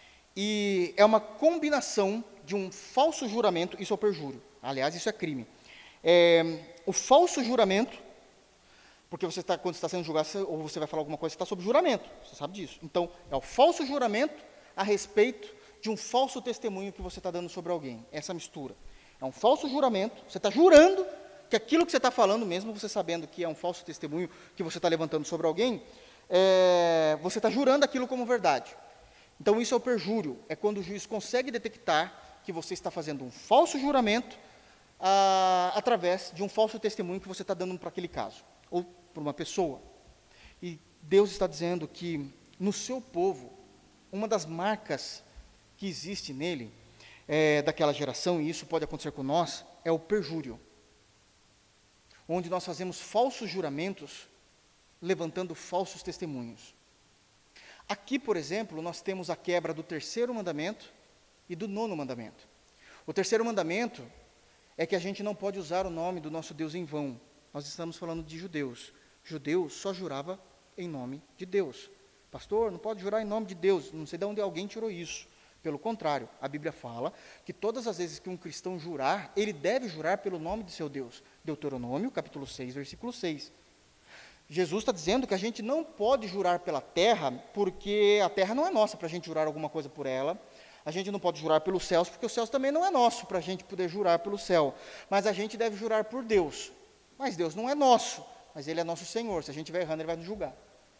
e é uma combinação de um falso juramento, isso é o perjúrio. Aliás, isso é crime. É, o falso juramento, porque você está, quando você está sendo julgado, ou você vai falar alguma coisa, você está sob juramento, você sabe disso. Então, é o falso juramento a respeito de um falso testemunho que você está dando sobre alguém, essa mistura. É um falso juramento, você está jurando que aquilo que você está falando, mesmo você sabendo que é um falso testemunho que você está levantando sobre alguém, é, você está jurando aquilo como verdade. Então, isso é o perjúrio, é quando o juiz consegue detectar que você está fazendo um falso juramento a, através de um falso testemunho que você está dando para aquele caso, ou para uma pessoa. E Deus está dizendo que no seu povo, uma das marcas que existe nele, é, daquela geração, e isso pode acontecer com nós, é o perjúrio, onde nós fazemos falsos juramentos, levantando falsos testemunhos. Aqui, por exemplo, nós temos a quebra do terceiro mandamento e do nono mandamento. O terceiro mandamento é que a gente não pode usar o nome do nosso Deus em vão. Nós estamos falando de judeus. Judeu só jurava em nome de Deus. Pastor, não pode jurar em nome de Deus. Não sei de onde alguém tirou isso. Pelo contrário, a Bíblia fala que todas as vezes que um cristão jurar, ele deve jurar pelo nome de seu Deus. Deuteronômio, capítulo seis, versículo seis. Jesus está dizendo que a gente não pode jurar pela terra, porque a terra não é nossa para a gente jurar alguma coisa por ela. A gente não pode jurar pelos céus, porque os céus também não é nosso para a gente poder jurar pelo céu. Mas a gente deve jurar por Deus. Mas Deus não é nosso, mas Ele é nosso Senhor. Se a gente estiver errando, Ele vai nos julgar.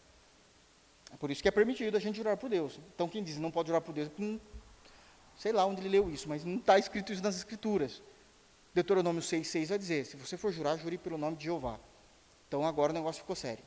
É por isso que é permitido a gente jurar por Deus. Então, quem diz não pode jurar por Deus, não sei lá onde ele leu isso, mas não está escrito isso nas Escrituras. Deuteronômio seis, seis vai dizer, se você for jurar, jure pelo nome de Jeová. Então, agora o negócio ficou sério.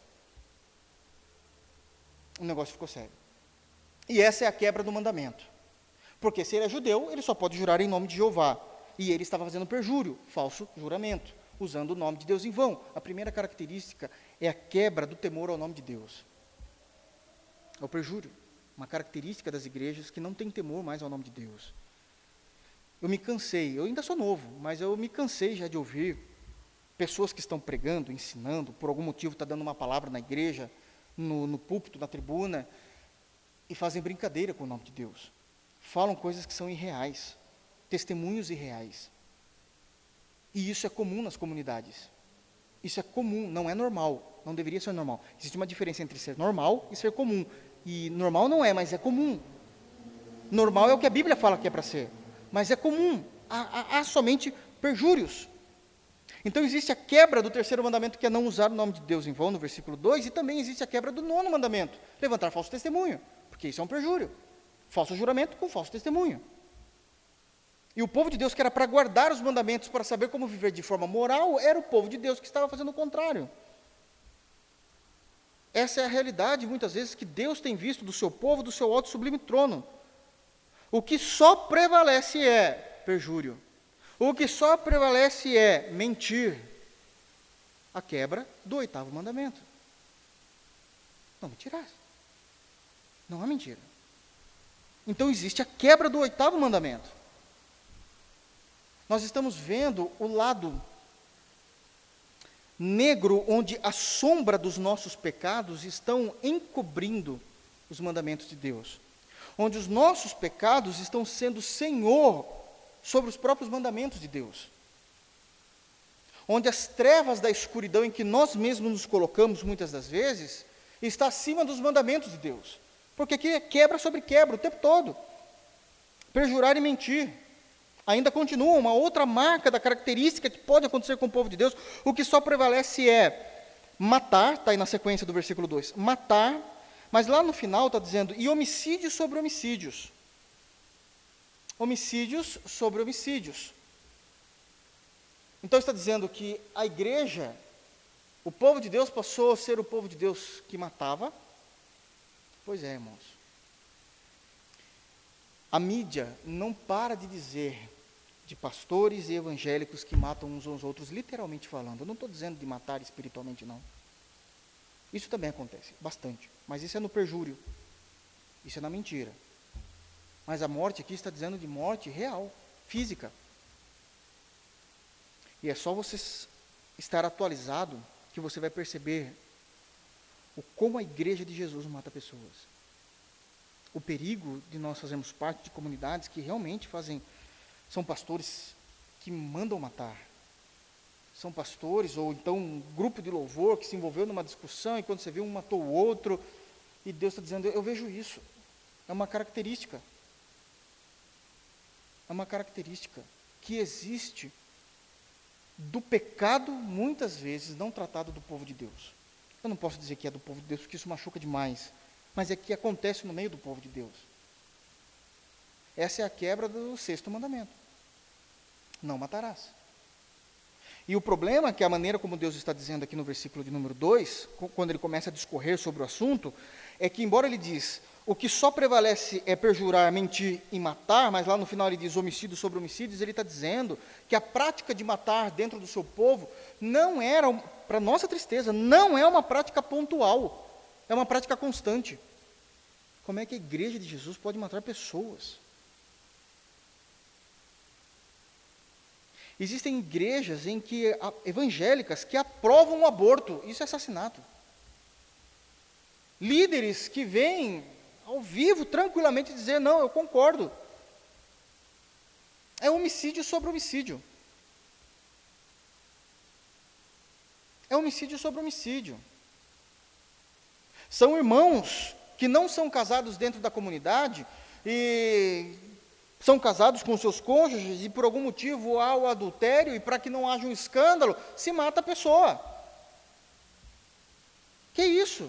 O negócio ficou sério. E essa é a quebra do mandamento. Porque se ele é judeu, ele só pode jurar em nome de Jeová. E ele estava fazendo perjúrio, falso juramento, usando o nome de Deus em vão. A primeira característica é a quebra do temor ao nome de Deus. É o perjúrio, uma característica das igrejas que não tem temor mais ao nome de Deus. Eu me cansei, eu ainda sou novo, mas eu me cansei já de ouvir pessoas que estão pregando, ensinando, por algum motivo está dando uma palavra na igreja, no, no púlpito, na tribuna, e fazem brincadeira com o nome de Deus. Falam coisas que são irreais, testemunhos irreais. E isso é comum nas comunidades. Isso é comum, não é normal, não deveria ser normal. Existe uma diferença entre ser normal e ser comum. E normal não é, mas é comum. Normal é o que a Bíblia fala que é para ser, mas é comum. Há, há, há somente perjúrios. Então existe a quebra do terceiro mandamento, que é não usar o nome de Deus em vão, no versículo dois, e também existe a quebra do nono mandamento, levantar falso testemunho, porque isso é um perjúrio. Falso juramento com falso testemunho. E o povo de Deus, que era para guardar os mandamentos, para saber como viver de forma moral, era o povo de Deus que estava fazendo o contrário. Essa é a realidade, muitas vezes, que Deus tem visto do seu povo, do seu alto e sublime trono. O que só prevalece é perjúrio. O que só prevalece é mentir. A quebra do oitavo mandamento. Não mentirás. Não há mentira. Então existe a quebra do oitavo mandamento. Nós estamos vendo o lado negro, onde a sombra dos nossos pecados estão encobrindo os mandamentos de Deus. Onde os nossos pecados estão sendo senhor sobre os próprios mandamentos de Deus. Onde as trevas da escuridão em que nós mesmos nos colocamos, muitas das vezes, está acima dos mandamentos de Deus. Porque aqui é quebra sobre quebra o tempo todo. Perjurar e mentir. Ainda continua uma outra marca da característica que pode acontecer com o povo de Deus. O que só prevalece é matar, está aí na sequência do versículo dois, matar, mas lá no final está dizendo, e homicídios sobre homicídios. Homicídios sobre homicídios. Então está dizendo que a igreja, o povo de Deus passou a ser o povo de Deus que matava. Pois é, irmãos. A mídia não para de dizer de pastores e evangélicos que matam uns aos outros, literalmente falando. Eu não estou dizendo de matar espiritualmente, não. Isso também acontece, bastante. Mas isso é no perjúrio. Isso é na mentira. Mas a morte aqui está dizendo de morte real, física. E é só você estar atualizado que você vai perceber o como a igreja de Jesus mata pessoas. O perigo de nós fazermos parte de comunidades que realmente fazem, são pastores que mandam matar. São pastores, ou então um grupo de louvor que se envolveu numa discussão e quando você viu um matou o outro, e Deus está dizendo, eu vejo isso. É uma característica. É uma característica que existe do pecado, muitas vezes, não tratado do povo de Deus. Eu não posso dizer que é do povo de Deus, porque isso machuca demais. Mas é que acontece no meio do povo de Deus. Essa é a quebra do sexto mandamento. Não matarás. E o problema é que a maneira como Deus está dizendo aqui no versículo de número dois, quando ele começa a discorrer sobre o assunto, é que embora ele diz, o que só prevalece é perjurar, mentir e matar, mas lá no final ele diz homicídio sobre homicídios, ele está dizendo que a prática de matar dentro do seu povo não era, para nossa tristeza, não é uma prática pontual. É uma prática constante. Como é que a igreja de Jesus pode matar pessoas? Existem igrejas em que, evangélicas, que aprovam o aborto. Isso é assassinato. Líderes que vêm ao vivo, tranquilamente, dizer, não, eu concordo. É homicídio sobre homicídio. É homicídio sobre homicídio. São irmãos que não são casados dentro da comunidade e são casados com seus cônjuges e por algum motivo há o adultério e para que não haja um escândalo, se mata a pessoa. Que isso?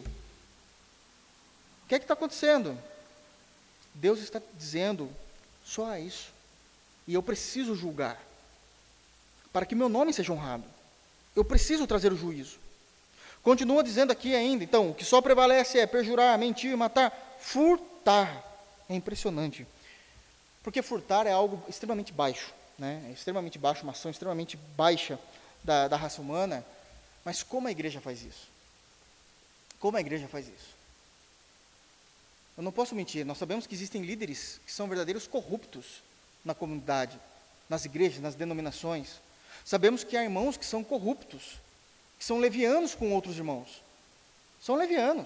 O que é que está acontecendo? Deus está dizendo, só isso. E eu preciso julgar. Para que meu nome seja honrado. Eu preciso trazer o juízo. Continua dizendo aqui ainda, então, o que só prevalece é perjurar, mentir, matar, furtar. É impressionante. Porque furtar é algo extremamente baixo. né? É extremamente baixo, uma ação extremamente baixa da, da raça humana. Mas como a igreja faz isso? Como a igreja faz isso? Eu não posso mentir, nós sabemos que existem líderes que são verdadeiros corruptos na comunidade, nas igrejas, nas denominações. Sabemos que há irmãos que são corruptos, que são levianos com outros irmãos. São levianos.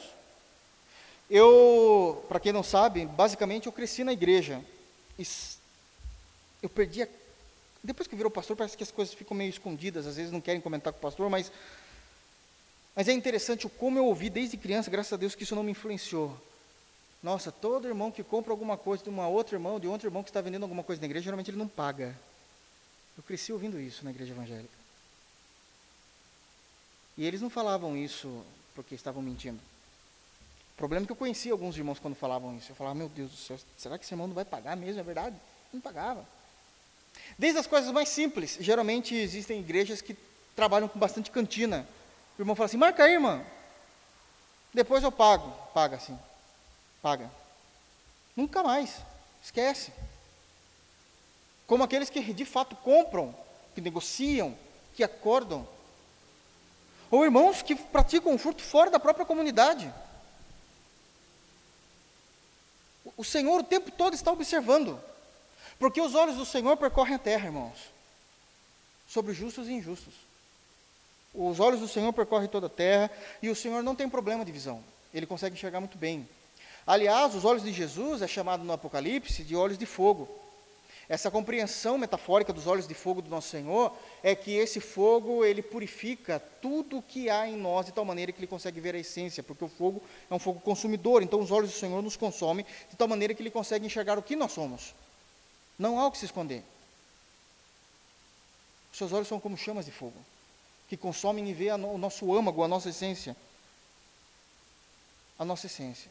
Eu, para quem não sabe, basicamente eu cresci na igreja. E eu perdi a... Depois que virou pastor, parece que as coisas ficam meio escondidas, às vezes não querem comentar com o pastor, mas, mas é interessante o como eu ouvi desde criança, graças a Deus que isso não me influenciou. Nossa, todo irmão que compra alguma coisa de uma outra irmão, de outro irmão que está vendendo alguma coisa na igreja, geralmente ele não paga. Eu cresci ouvindo isso na igreja evangélica. E eles não falavam isso porque estavam mentindo. O problema é que eu conhecia alguns irmãos quando falavam isso. Eu falava, meu Deus do céu, será que esse irmão não vai pagar mesmo? É verdade? Não pagava. Desde as coisas mais simples, geralmente existem igrejas que trabalham com bastante cantina. O irmão fala assim, marca aí, irmão. Depois eu pago. Paga sim. Paga. Nunca mais. Esquece. Como aqueles que de fato compram, que negociam, que acordam. Ou irmãos que praticam o furto fora da própria comunidade. O Senhor o tempo todo está observando. Porque os olhos do Senhor percorrem a terra, irmãos. Sobre justos e injustos. Os olhos do Senhor percorrem toda a terra. E o Senhor não tem problema de visão. Ele consegue enxergar muito bem. Aliás, os olhos de Jesus é chamado no Apocalipse de olhos de fogo. Essa compreensão metafórica dos olhos de fogo do nosso Senhor é que esse fogo, ele purifica tudo o que há em nós de tal maneira que ele consegue ver a essência, porque o fogo é um fogo consumidor, então os olhos do Senhor nos consomem de tal maneira que ele consegue enxergar o que nós somos. Não há o que se esconder. Os seus olhos são como chamas de fogo, que consomem e vê no, o nosso âmago, a nossa essência. A nossa essência.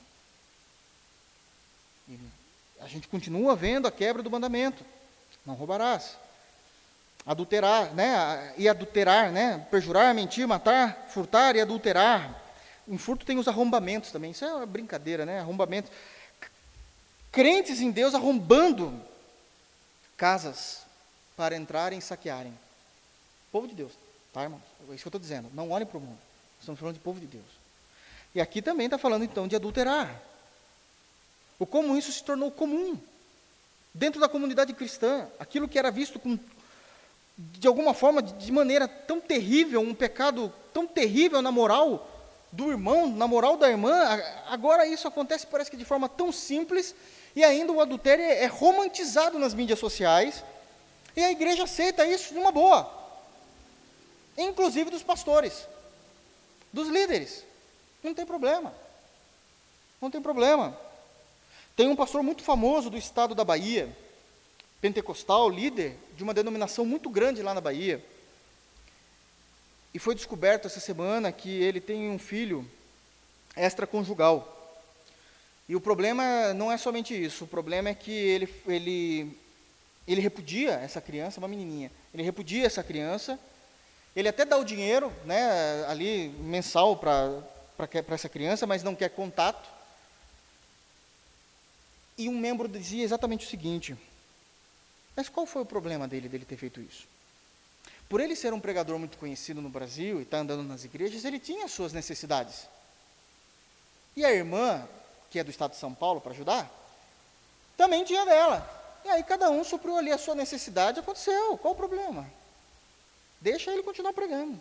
E a gente continua vendo a quebra do mandamento. Não roubarás. Adulterar, né? E adulterar, né? Perjurar, mentir, matar, furtar e adulterar. Em furto tem os arrombamentos também. Isso é uma brincadeira, né? Arrombamentos. Crentes em Deus arrombando casas para entrarem e saquearem. Povo de Deus, tá, irmãos? É isso que eu estou dizendo. Não olhem para o mundo. Estamos falando de povo de Deus. E aqui também está falando então de adulterar. O como isso se tornou comum dentro da comunidade cristã. Aquilo que era visto com, de alguma forma, de maneira tão terrível, um pecado tão terrível na moral do irmão, na moral da irmã, agora isso acontece, parece que de forma tão simples, e ainda o adultério é romantizado nas mídias sociais, e a igreja aceita isso de uma boa, inclusive dos pastores, dos líderes. Não tem problema. Não tem problema. Tem um pastor muito famoso do estado da Bahia, pentecostal, líder de uma denominação muito grande lá na Bahia. E foi descoberto essa semana que ele tem um filho extraconjugal. E o problema não é somente isso, o problema é que ele, ele, ele repudia essa criança, uma menininha, ele repudia essa criança, ele até dá o dinheiro, né, ali mensal para essa criança, mas não quer contato. E um membro dizia exatamente o seguinte, mas qual foi o problema dele, dele ter feito isso? Por ele ser um pregador muito conhecido no Brasil e estar andando nas igrejas, ele tinha as suas necessidades. E a irmã, que é do estado de São Paulo, para ajudar, também tinha dela. E aí cada um supriu ali a sua necessidade, aconteceu, qual o problema? Deixa ele continuar pregando.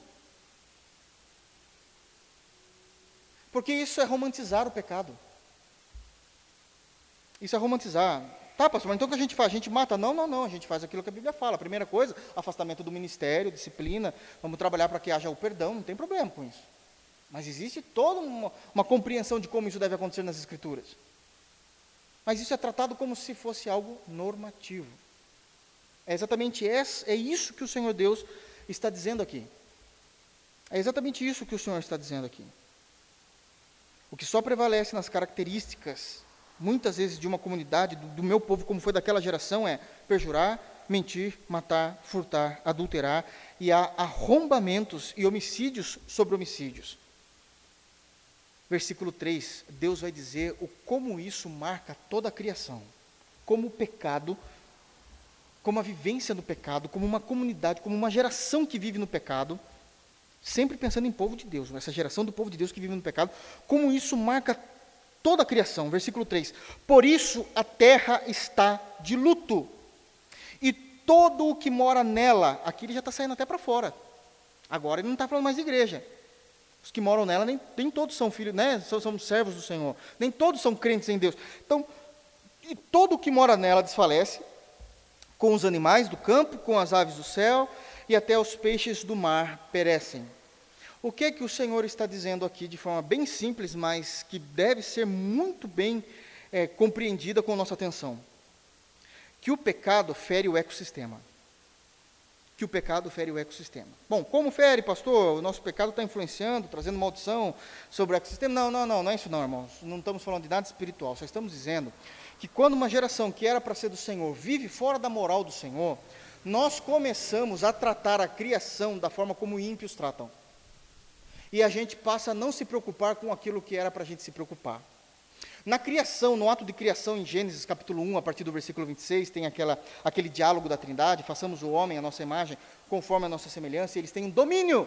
Porque isso é romantizar o pecado. Isso é romantizar. Tá, pastor, mas então o que a gente faz? A gente mata? Não, não, não, a gente faz aquilo que a Bíblia fala. A primeira coisa, afastamento do ministério, disciplina, vamos trabalhar para que haja o perdão, não tem problema com isso. Mas existe toda uma, uma compreensão de como isso deve acontecer nas Escrituras. Mas isso é tratado como se fosse algo normativo. É exatamente esse, é isso que o Senhor Deus está dizendo aqui. É exatamente isso que o Senhor está dizendo aqui. O que só prevalece nas características muitas vezes de uma comunidade, do, do meu povo, como foi daquela geração, é perjurar, mentir, matar, furtar, adulterar, e há arrombamentos e homicídios sobre homicídios. Versículo três, Deus vai dizer o como isso marca toda a criação, como o pecado como a vivência do pecado, como uma comunidade, como uma geração que vive no pecado, sempre pensando em povo de Deus, essa geração do povo de Deus que vive no pecado, como isso marca toda a criação. Versículo três, por isso a terra está de luto, e todo o que mora nela, aqui ele já está saindo até para fora, agora ele não está falando mais de igreja, os que moram nela, nem, nem todos são filhos, né, são, são servos do Senhor, nem todos são crentes em Deus, então, e todo o que mora nela desfalece, com os animais do campo, com as aves do céu, e até os peixes do mar perecem. O que é que o Senhor está dizendo aqui, de forma bem simples, mas que deve ser muito bem é, compreendida com nossa atenção? Que o pecado fere o ecossistema. Que o pecado fere o ecossistema. Bom, como fere, pastor? O nosso pecado está influenciando, trazendo maldição sobre o ecossistema? Não, não, não, não é isso não, irmãos. Não estamos falando de nada espiritual, só estamos dizendo que quando uma geração que era para ser do Senhor vive fora da moral do Senhor, nós começamos a tratar a criação da forma como ímpios tratam. E a gente passa a não se preocupar com aquilo que era para a gente se preocupar. Na criação, no ato de criação em Gênesis capítulo um, a partir do versículo vinte e seis, tem aquela, aquele diálogo da Trindade, façamos o homem, a nossa imagem, conforme a nossa semelhança, e eles têm um domínio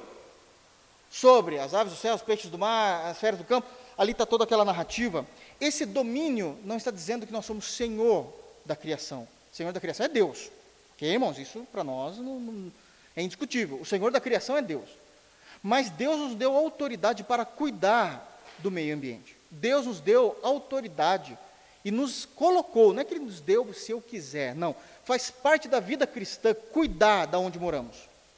sobre as aves do céu, os peixes do mar, as feras do campo, ali está toda aquela narrativa. Esse domínio não está dizendo que nós somos senhor da criação. Senhor da criação é Deus. Ok, irmãos? Isso para nós não, não, é indiscutível. O Senhor da criação é Deus. Mas Deus nos deu autoridade para cuidar do meio ambiente. Deus nos deu autoridade e nos colocou, não é que Ele nos deu se eu quiser, não. Faz parte da vida cristã cuidar de onde moramos.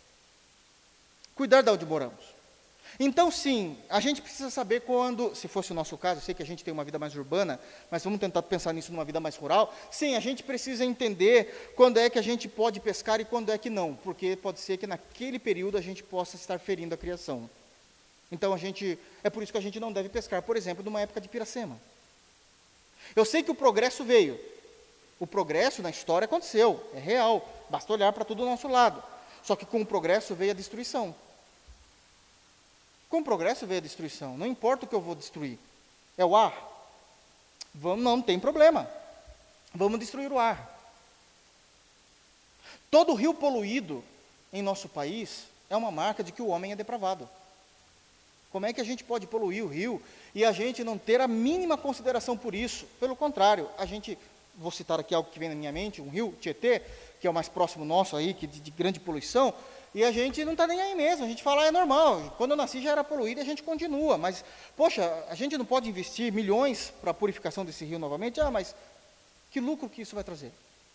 Cuidar de onde moramos. Então, sim, a gente precisa saber quando, se fosse o nosso caso, eu sei que a gente tem uma vida mais urbana, mas vamos tentar pensar nisso numa vida mais rural. Sim, a gente precisa entender quando é que a gente pode pescar e quando é que não, porque pode ser que naquele período a gente possa estar ferindo a criação. Então, a gente, é por isso que a gente não deve pescar, por exemplo, numa época de Piracema. Eu sei que o progresso veio. O progresso na história aconteceu, é real, basta olhar para tudo do nosso lado. Só que com o progresso veio a destruição. Com o progresso veio a destruição. Não importa o que eu vou destruir. É o ar. Vamos, não tem problema. Vamos destruir o ar. Todo rio poluído em nosso país é uma marca de que o homem é depravado. Como é que a gente pode poluir o rio e a gente não ter a mínima consideração por isso? Pelo contrário, a gente, vou citar aqui algo que vem na minha mente, um rio, Tietê, que é o mais próximo nosso aí, que de, de grande poluição, e a gente não está nem aí mesmo, a gente fala, ah, é normal, quando eu nasci já era poluído e a gente continua, mas, poxa, a gente não pode investir milhões para a purificação desse rio novamente? Ah, mas que lucro que isso vai trazer?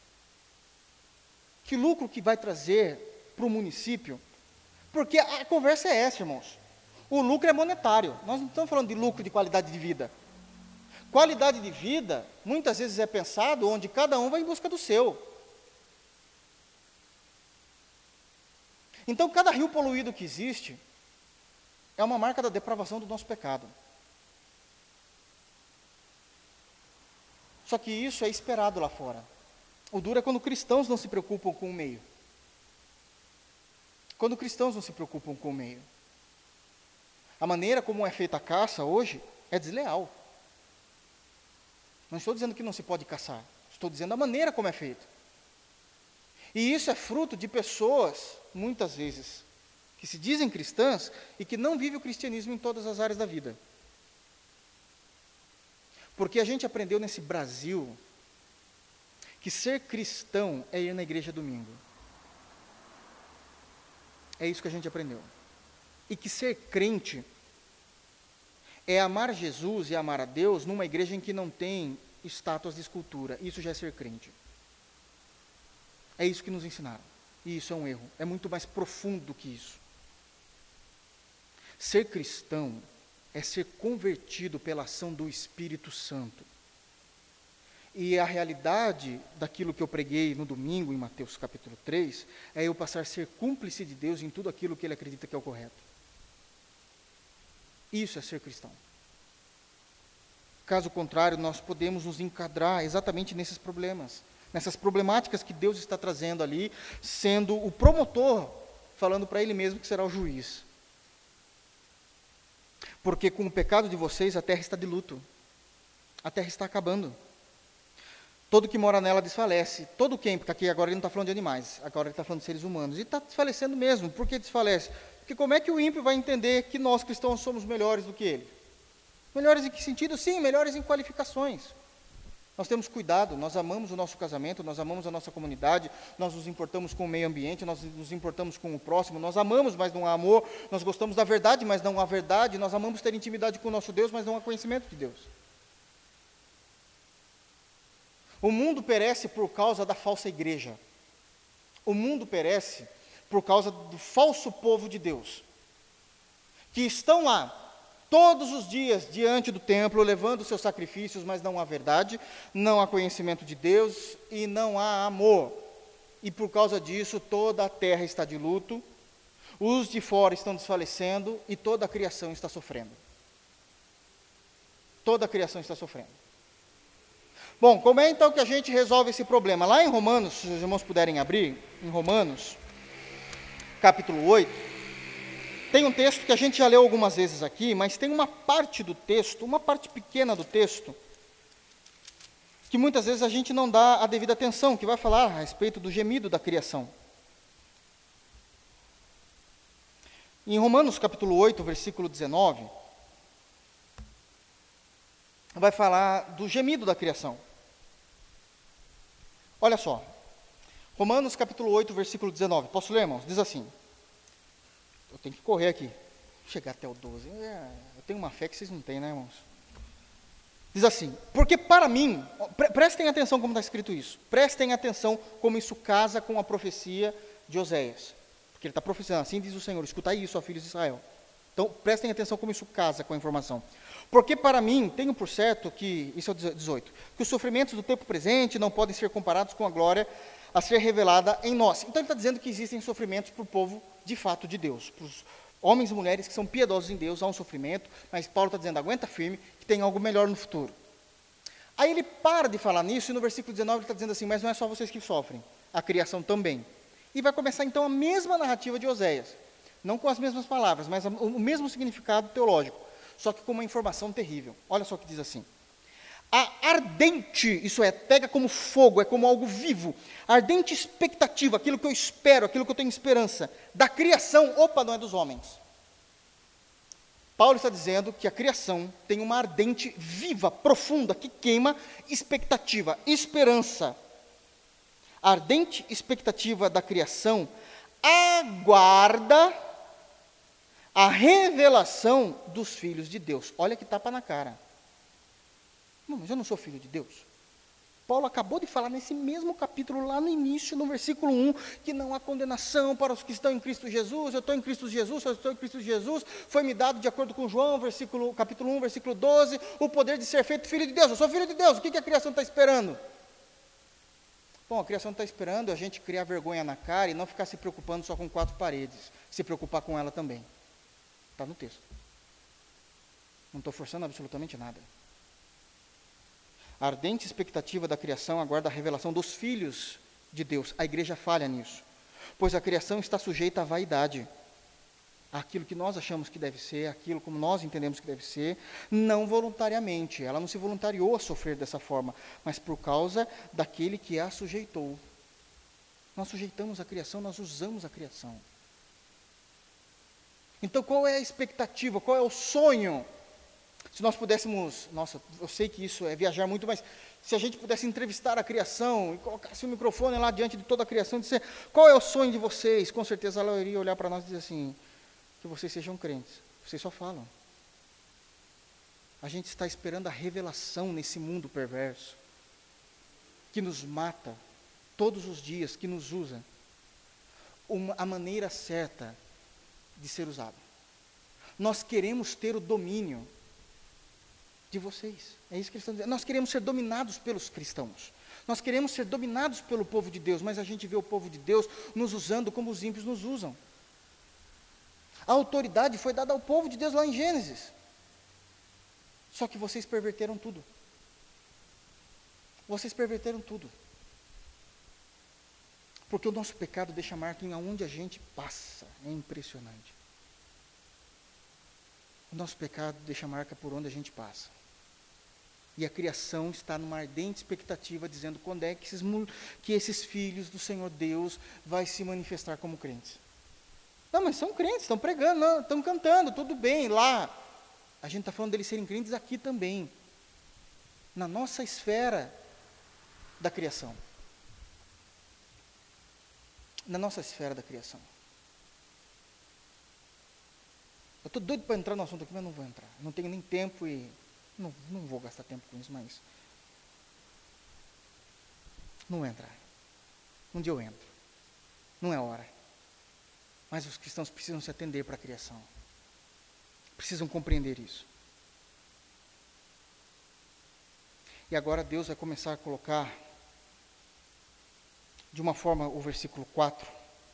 Que lucro que vai trazer para o município? Porque a conversa é essa, irmãos. O lucro é monetário, nós não estamos falando de lucro de qualidade de vida. Qualidade de vida, muitas vezes é pensado onde cada um vai em busca do seu. Então, cada rio poluído que existe é uma marca da depravação do nosso pecado. Só que isso é esperado lá fora. O duro é quando cristãos não se preocupam com o meio. Quando cristãos não se preocupam com o meio. A maneira como é feita a caça hoje é desleal. Não estou dizendo que não se pode caçar, estou dizendo a maneira como é feito. E isso é fruto de pessoas, muitas vezes, que se dizem cristãs e que não vivem o cristianismo em todas as áreas da vida. Porque a gente aprendeu nesse Brasil que ser cristão é ir na igreja domingo. É isso que a gente aprendeu. E que ser crente é amar Jesus e amar a Deus numa igreja em que não tem estátuas de escultura. Isso já é ser crente. É isso que nos ensinaram. E isso é um erro. É muito mais profundo do que isso. Ser cristão é ser convertido pela ação do Espírito Santo. E a realidade daquilo que eu preguei no domingo, em Mateus capítulo três, é eu passar a ser cúmplice de Deus em tudo aquilo que Ele acredita que é o correto. Isso é ser cristão. Caso contrário, nós podemos nos enquadrar exatamente nesses problemas, nessas problemáticas que Deus está trazendo ali, sendo o promotor, falando para Ele mesmo que será o juiz. Porque com o pecado de vocês, a terra está de luto. A terra está acabando. Todo que mora nela desfalece. Todo quem, porque aqui agora ele não está falando de animais, agora ele está falando de seres humanos. E está desfalecendo mesmo. Por que desfalece? Porque como é que o ímpio vai entender que nós cristãos somos melhores do que ele? Melhores em que sentido? Sim, melhores em qualificações. Nós temos cuidado, nós amamos o nosso casamento, nós amamos a nossa comunidade, nós nos importamos com o meio ambiente, nós nos importamos com o próximo, nós amamos, mas não há amor, nós gostamos da verdade, mas não há verdade, nós amamos ter intimidade com o nosso Deus, mas não há conhecimento de Deus. O mundo perece por causa da falsa igreja. O mundo perece por causa do falso povo de Deus, que estão lá, todos os dias diante do templo, levando seus sacrifícios, mas não há verdade, não há conhecimento de Deus e não há amor. E por causa disso, toda a terra está de luto, os de fora estão desfalecendo e toda a criação está sofrendo. Toda a criação está sofrendo. Bom, como é então que a gente resolve esse problema? Lá em Romanos, se os irmãos puderem abrir, em Romanos, capítulo oito, tem um texto que a gente já leu algumas vezes aqui, mas tem uma parte do texto, uma parte pequena do texto, que muitas vezes a gente não dá a devida atenção, que vai falar a respeito do gemido da criação. Em Romanos capítulo oito, versículo dezenove, vai falar do gemido da criação. Olha só, Romanos capítulo oito, versículo dezenove, posso ler, irmãos? Diz assim, eu tenho que correr aqui, chegar até o doze, é, eu tenho uma fé que vocês não têm, né, irmãos? Diz assim, porque para mim, pre prestem atenção como está escrito isso, prestem atenção como isso casa com a profecia de Oséias, porque ele está profetizando, assim diz o Senhor, escutai isso, ó filhos de Israel. Então, prestem atenção como isso casa com a informação. Porque para mim, tenho por certo que, isso é o dezoito, que os sofrimentos do tempo presente não podem ser comparados com a glória a ser revelada em nós. Então ele está dizendo que existem sofrimentos para o povo de fato de Deus, para os homens e mulheres que são piedosos em Deus, há um sofrimento, mas Paulo está dizendo, aguenta firme, que tem algo melhor no futuro. Aí ele para de falar nisso, e no versículo dezenove ele está dizendo assim, mas não é só vocês que sofrem, a criação também. E vai começar então a mesma narrativa de Oséias, não com as mesmas palavras, mas o mesmo significado teológico, só que com uma informação terrível. Olha só o que diz assim, a ardente, isso é, pega como fogo, é como algo vivo, a ardente expectativa, aquilo que eu espero, aquilo que eu tenho esperança, da criação, opa, não é dos homens. Paulo está dizendo que a criação tem uma ardente viva, profunda, que queima expectativa, esperança. A ardente expectativa da criação aguarda a revelação dos filhos de Deus. Olha que tapa na cara. Não, mas eu não sou filho de Deus. Paulo acabou de falar nesse mesmo capítulo, lá no início, no versículo um, que não há condenação para os que estão em Cristo Jesus, eu estou em Cristo Jesus, eu estou em Cristo Jesus, foi-me dado, de acordo com João, versículo, capítulo um, versículo doze, o poder de ser feito filho de Deus. Eu sou filho de Deus, o que, que a criação está esperando? Bom, a criação está esperando a gente criar vergonha na cara e não ficar se preocupando só com quatro paredes, se preocupar com ela também. Está no texto. Não estou forçando absolutamente nada. A ardente expectativa da criação aguarda a revelação dos filhos de Deus. A igreja falha nisso, pois a criação está sujeita à vaidade, aquilo que nós achamos que deve ser, aquilo como nós entendemos que deve ser, não voluntariamente. Ela não se voluntariou a sofrer dessa forma, mas por causa daquele que a sujeitou. Nós sujeitamos a criação, nós usamos a criação. Então, qual é a expectativa, qual é o sonho? Se nós pudéssemos, nossa, eu sei que isso é viajar muito, mas se a gente pudesse entrevistar a criação e colocasse o microfone lá diante de toda a criação e dizer, qual é o sonho de vocês? Com certeza ela iria olhar para nós e dizer assim, que vocês sejam crentes. Vocês só falam. A gente está esperando a revelação nesse mundo perverso, que nos mata todos os dias, que nos usa, uma, a maneira certa de ser usado. Nós queremos ter o domínio de vocês. É isso que eles estão dizendo. Nós queremos ser dominados pelos cristãos. Nós queremos ser dominados pelo povo de Deus, mas a gente vê o povo de Deus nos usando como os ímpios nos usam. A autoridade foi dada ao povo de Deus lá em Gênesis. Só que vocês perverteram tudo. Vocês perverteram tudo. Porque o nosso pecado deixa marca em aonde a gente passa. É impressionante. O nosso pecado deixa marca por onde a gente passa. E a criação está numa ardente expectativa, dizendo quando é que esses, que esses filhos do Senhor Deus vai se manifestar como crentes. Não, mas são crentes, estão pregando, não, estão cantando, tudo bem, lá. A gente está falando deles serem crentes aqui também, na nossa esfera da criação. Na nossa esfera da criação. Eu estou doido para entrar no assunto aqui, mas não vou entrar. Não tenho nem tempo e não, não vou gastar tempo com isso, mas não vou entrar. Um dia eu entro. Não é hora. Mas os cristãos precisam se atender para a criação. Precisam compreender isso. E agora Deus vai começar a colocar de uma forma o versículo quatro,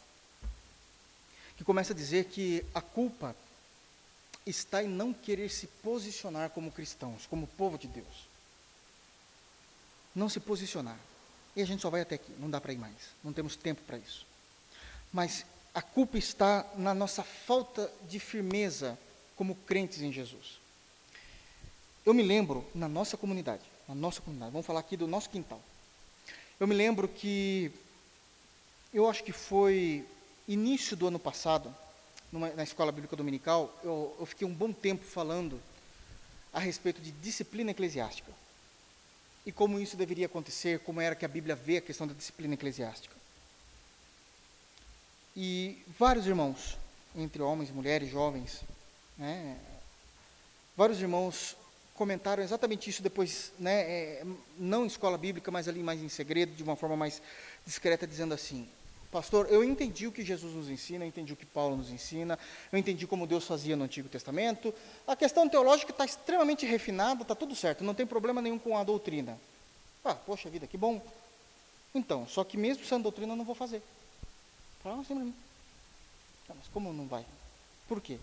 que começa a dizer que a culpa está em não querer se posicionar como cristãos, como povo de Deus. Não se posicionar. E a gente só vai até aqui, não dá para ir mais, não temos tempo para isso. Mas a culpa está na nossa falta de firmeza como crentes em Jesus. Eu me lembro, na nossa comunidade, na nossa comunidade, vamos falar aqui do nosso quintal. Eu me lembro que, eu acho que foi início do ano passado, numa, na Escola Bíblica Dominical, eu, eu fiquei um bom tempo falando a respeito de disciplina eclesiástica. E como isso deveria acontecer, como era que a Bíblia vê a questão da disciplina eclesiástica. E vários irmãos, entre homens, mulheres, jovens, né, vários irmãos comentaram exatamente isso depois, né, é, não em escola bíblica, mas ali mais em segredo, de uma forma mais discreta, dizendo assim: pastor, eu entendi o que Jesus nos ensina, eu entendi o que Paulo nos ensina, eu entendi como Deus fazia no Antigo Testamento, a questão teológica está extremamente refinada, está tudo certo, não tem problema nenhum com a doutrina. Ah, poxa vida, que bom. Então, só que mesmo sendo doutrina eu não vou fazer. Fala assim para mim. Não, mas como não vai? Por quê?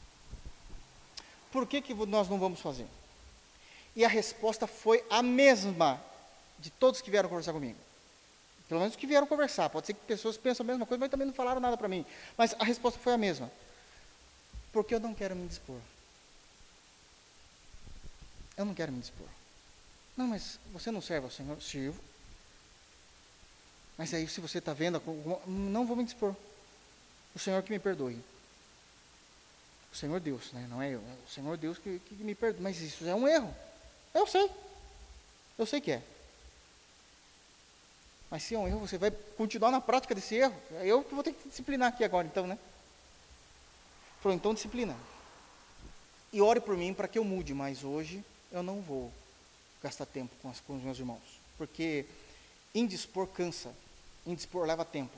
Por que que nós não vamos fazer? E a resposta foi a mesma de todos que vieram conversar comigo. Pelo menos que vieram conversar. Pode ser que pessoas pensem a mesma coisa, mas também não falaram nada para mim. Mas a resposta foi a mesma. Porque eu não quero me dispor. Eu não quero me dispor. Não, mas você não serve ao Senhor? Sirvo. Mas aí, se você está vendo, não vou me dispor. O Senhor que me perdoe. O Senhor Deus, né? Não é eu. É o Senhor Deus que, que me perdoe. Mas isso é um erro. Eu sei. Eu sei que é. Mas se é um erro, você vai continuar na prática desse erro. Eu vou ter que disciplinar aqui agora, então, né? Falou, então disciplina. E ore por mim para que eu mude, mas hoje eu não vou gastar tempo com, as, com os meus irmãos. Porque indispor cansa. Indispor leva tempo.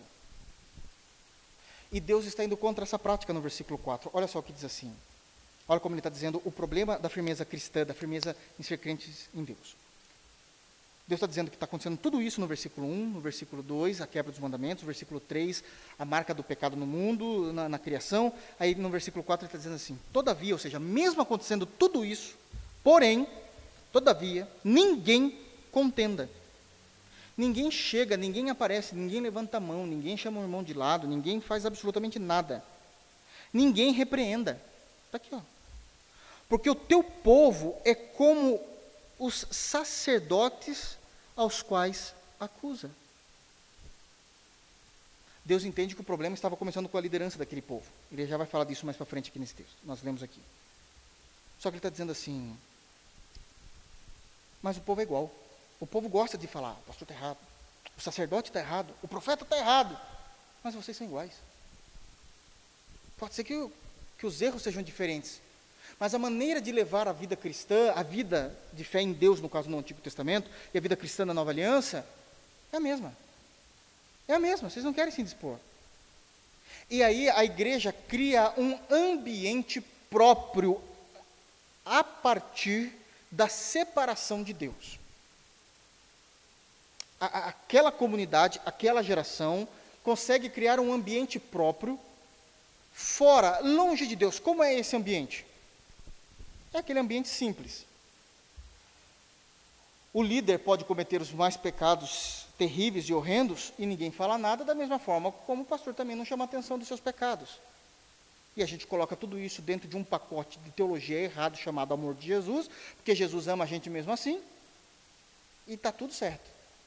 E Deus está indo contra essa prática no versículo quatro. Olha só o que diz assim. Olha como ele está dizendo o problema da firmeza cristã, da firmeza em ser crentes em Deus. Deus está dizendo que está acontecendo tudo isso no versículo um, no versículo dois, a quebra dos mandamentos, no versículo três, a marca do pecado no mundo, na, na criação. Aí no versículo quatro ele está dizendo assim, todavia, ou seja, mesmo acontecendo tudo isso, porém, todavia, ninguém contenda. Ninguém chega, ninguém aparece, ninguém levanta a mão, ninguém chama o irmão de lado, ninguém faz absolutamente nada. Ninguém repreenda. Está aqui, ó. Porque o teu povo é como os sacerdotes aos quais acusa. Deus entende que o problema estava começando com a liderança daquele povo. Ele já vai falar disso mais para frente aqui nesse texto. Nós lemos aqui. Só que ele está dizendo assim, mas o povo é igual. O povo gosta de falar, o pastor está errado, o sacerdote está errado, o profeta está errado, mas vocês são iguais. Pode ser que, o, que os erros sejam diferentes, mas a maneira de levar a vida cristã, a vida de fé em Deus, no caso no Antigo Testamento, e a vida cristã na Nova Aliança, é a mesma. É a mesma, vocês não querem se dispor. E aí a igreja cria um ambiente próprio a partir da separação de Deus. A, aquela comunidade, aquela geração, consegue criar um ambiente próprio, fora, longe de Deus. Como é esse ambiente? É aquele ambiente simples. O líder pode cometer os mais pecados terríveis e horrendos, e ninguém fala nada, da mesma forma como o pastor também não chama a atenção dos seus pecados. E a gente coloca tudo isso dentro de um pacote de teologia errado chamado amor de Jesus, porque Jesus ama a gente mesmo assim, e está tudo certo.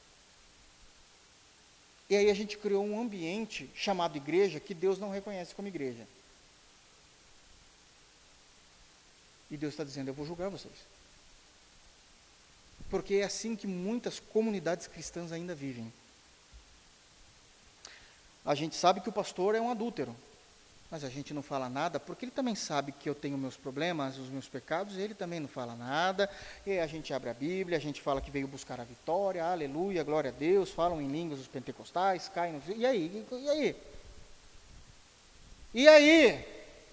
E aí a gente criou um ambiente chamado igreja que Deus não reconhece como igreja. E Deus está dizendo, eu vou julgar vocês. Porque é assim que muitas comunidades cristãs ainda vivem. A gente sabe que o pastor é um adúltero, mas a gente não fala nada, porque ele também sabe que eu tenho meus problemas, os meus pecados, e ele também não fala nada. E a gente abre a Bíblia, a gente fala que veio buscar a vitória, aleluia, glória a Deus, falam em línguas os pentecostais, caem no... E aí? E aí? E aí?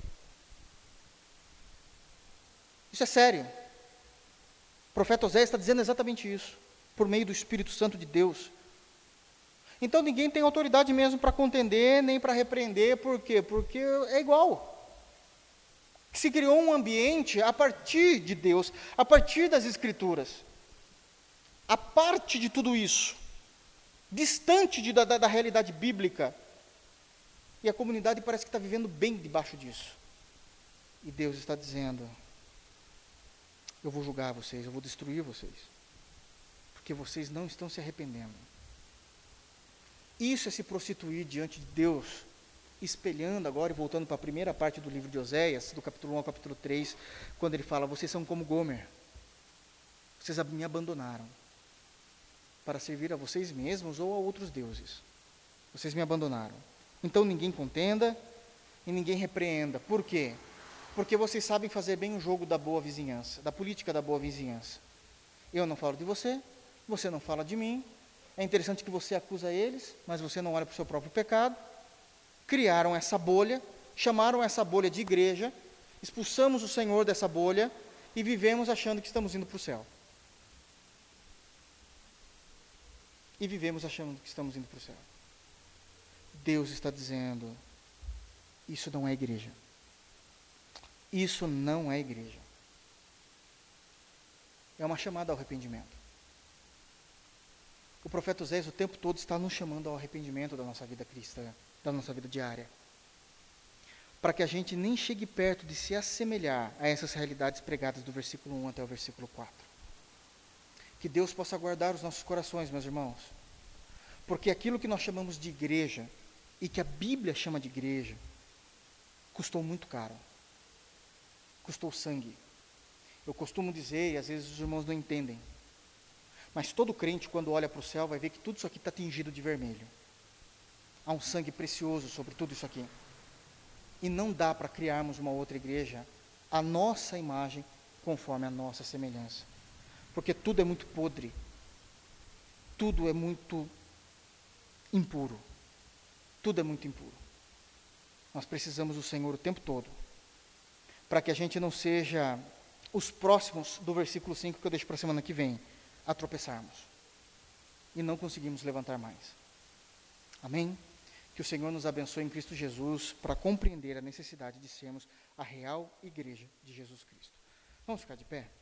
Isso é sério. O profeta Oséias está dizendo exatamente isso, por meio do Espírito Santo de Deus. Então ninguém tem autoridade mesmo para contender, nem para repreender, por quê? Porque é igual. Se criou um ambiente a partir de Deus, a partir das Escrituras, a parte de tudo isso, distante de, da, da realidade bíblica, e a comunidade parece que está vivendo bem debaixo disso. E Deus está dizendo, eu vou julgar vocês, eu vou destruir vocês, porque vocês não estão se arrependendo. Isso é se prostituir diante de Deus, espelhando agora e voltando para a primeira parte do livro de Oséias, do capítulo um ao capítulo três, quando ele fala, vocês são como Gomer, vocês me abandonaram, para servir a vocês mesmos ou a outros deuses, vocês me abandonaram. Então ninguém contenda e ninguém repreenda. Por quê? Porque vocês sabem fazer bem o jogo da boa vizinhança, da política da boa vizinhança. Eu não falo de você, você não fala de mim. É interessante que você acusa eles, mas você não olha para o seu próprio pecado. Criaram essa bolha, chamaram essa bolha de igreja, expulsamos o Senhor dessa bolha e vivemos achando que estamos indo para o céu. E vivemos achando que estamos indo para o céu. Deus está dizendo, isso não é igreja. Isso não é igreja. É uma chamada ao arrependimento. O profeta Oséias o tempo todo está nos chamando ao arrependimento da nossa vida cristã, da nossa vida diária. Para que a gente nem chegue perto de se assemelhar a essas realidades pregadas do versículo um até o versículo quatro. Que Deus possa guardar os nossos corações, meus irmãos. Porque aquilo que nós chamamos de igreja, e que a Bíblia chama de igreja, custou muito caro. Custou sangue. Eu costumo dizer, e às vezes os irmãos não entendem, mas todo crente, quando olha para o céu, vai ver que tudo isso aqui está tingido de vermelho. Há um sangue precioso sobre tudo isso aqui. E não dá para criarmos uma outra igreja, a nossa imagem, conforme a nossa semelhança. Porque tudo é muito podre. Tudo é muito impuro. Tudo é muito impuro. Nós precisamos do Senhor o tempo todo, para que a gente não seja os próximos do versículo cinco, que eu deixo para a semana que vem, a tropeçarmos e não conseguimos levantar mais. Amém? Que o Senhor nos abençoe em Cristo Jesus para compreender a necessidade de sermos a real igreja de Jesus Cristo. Vamos ficar de pé?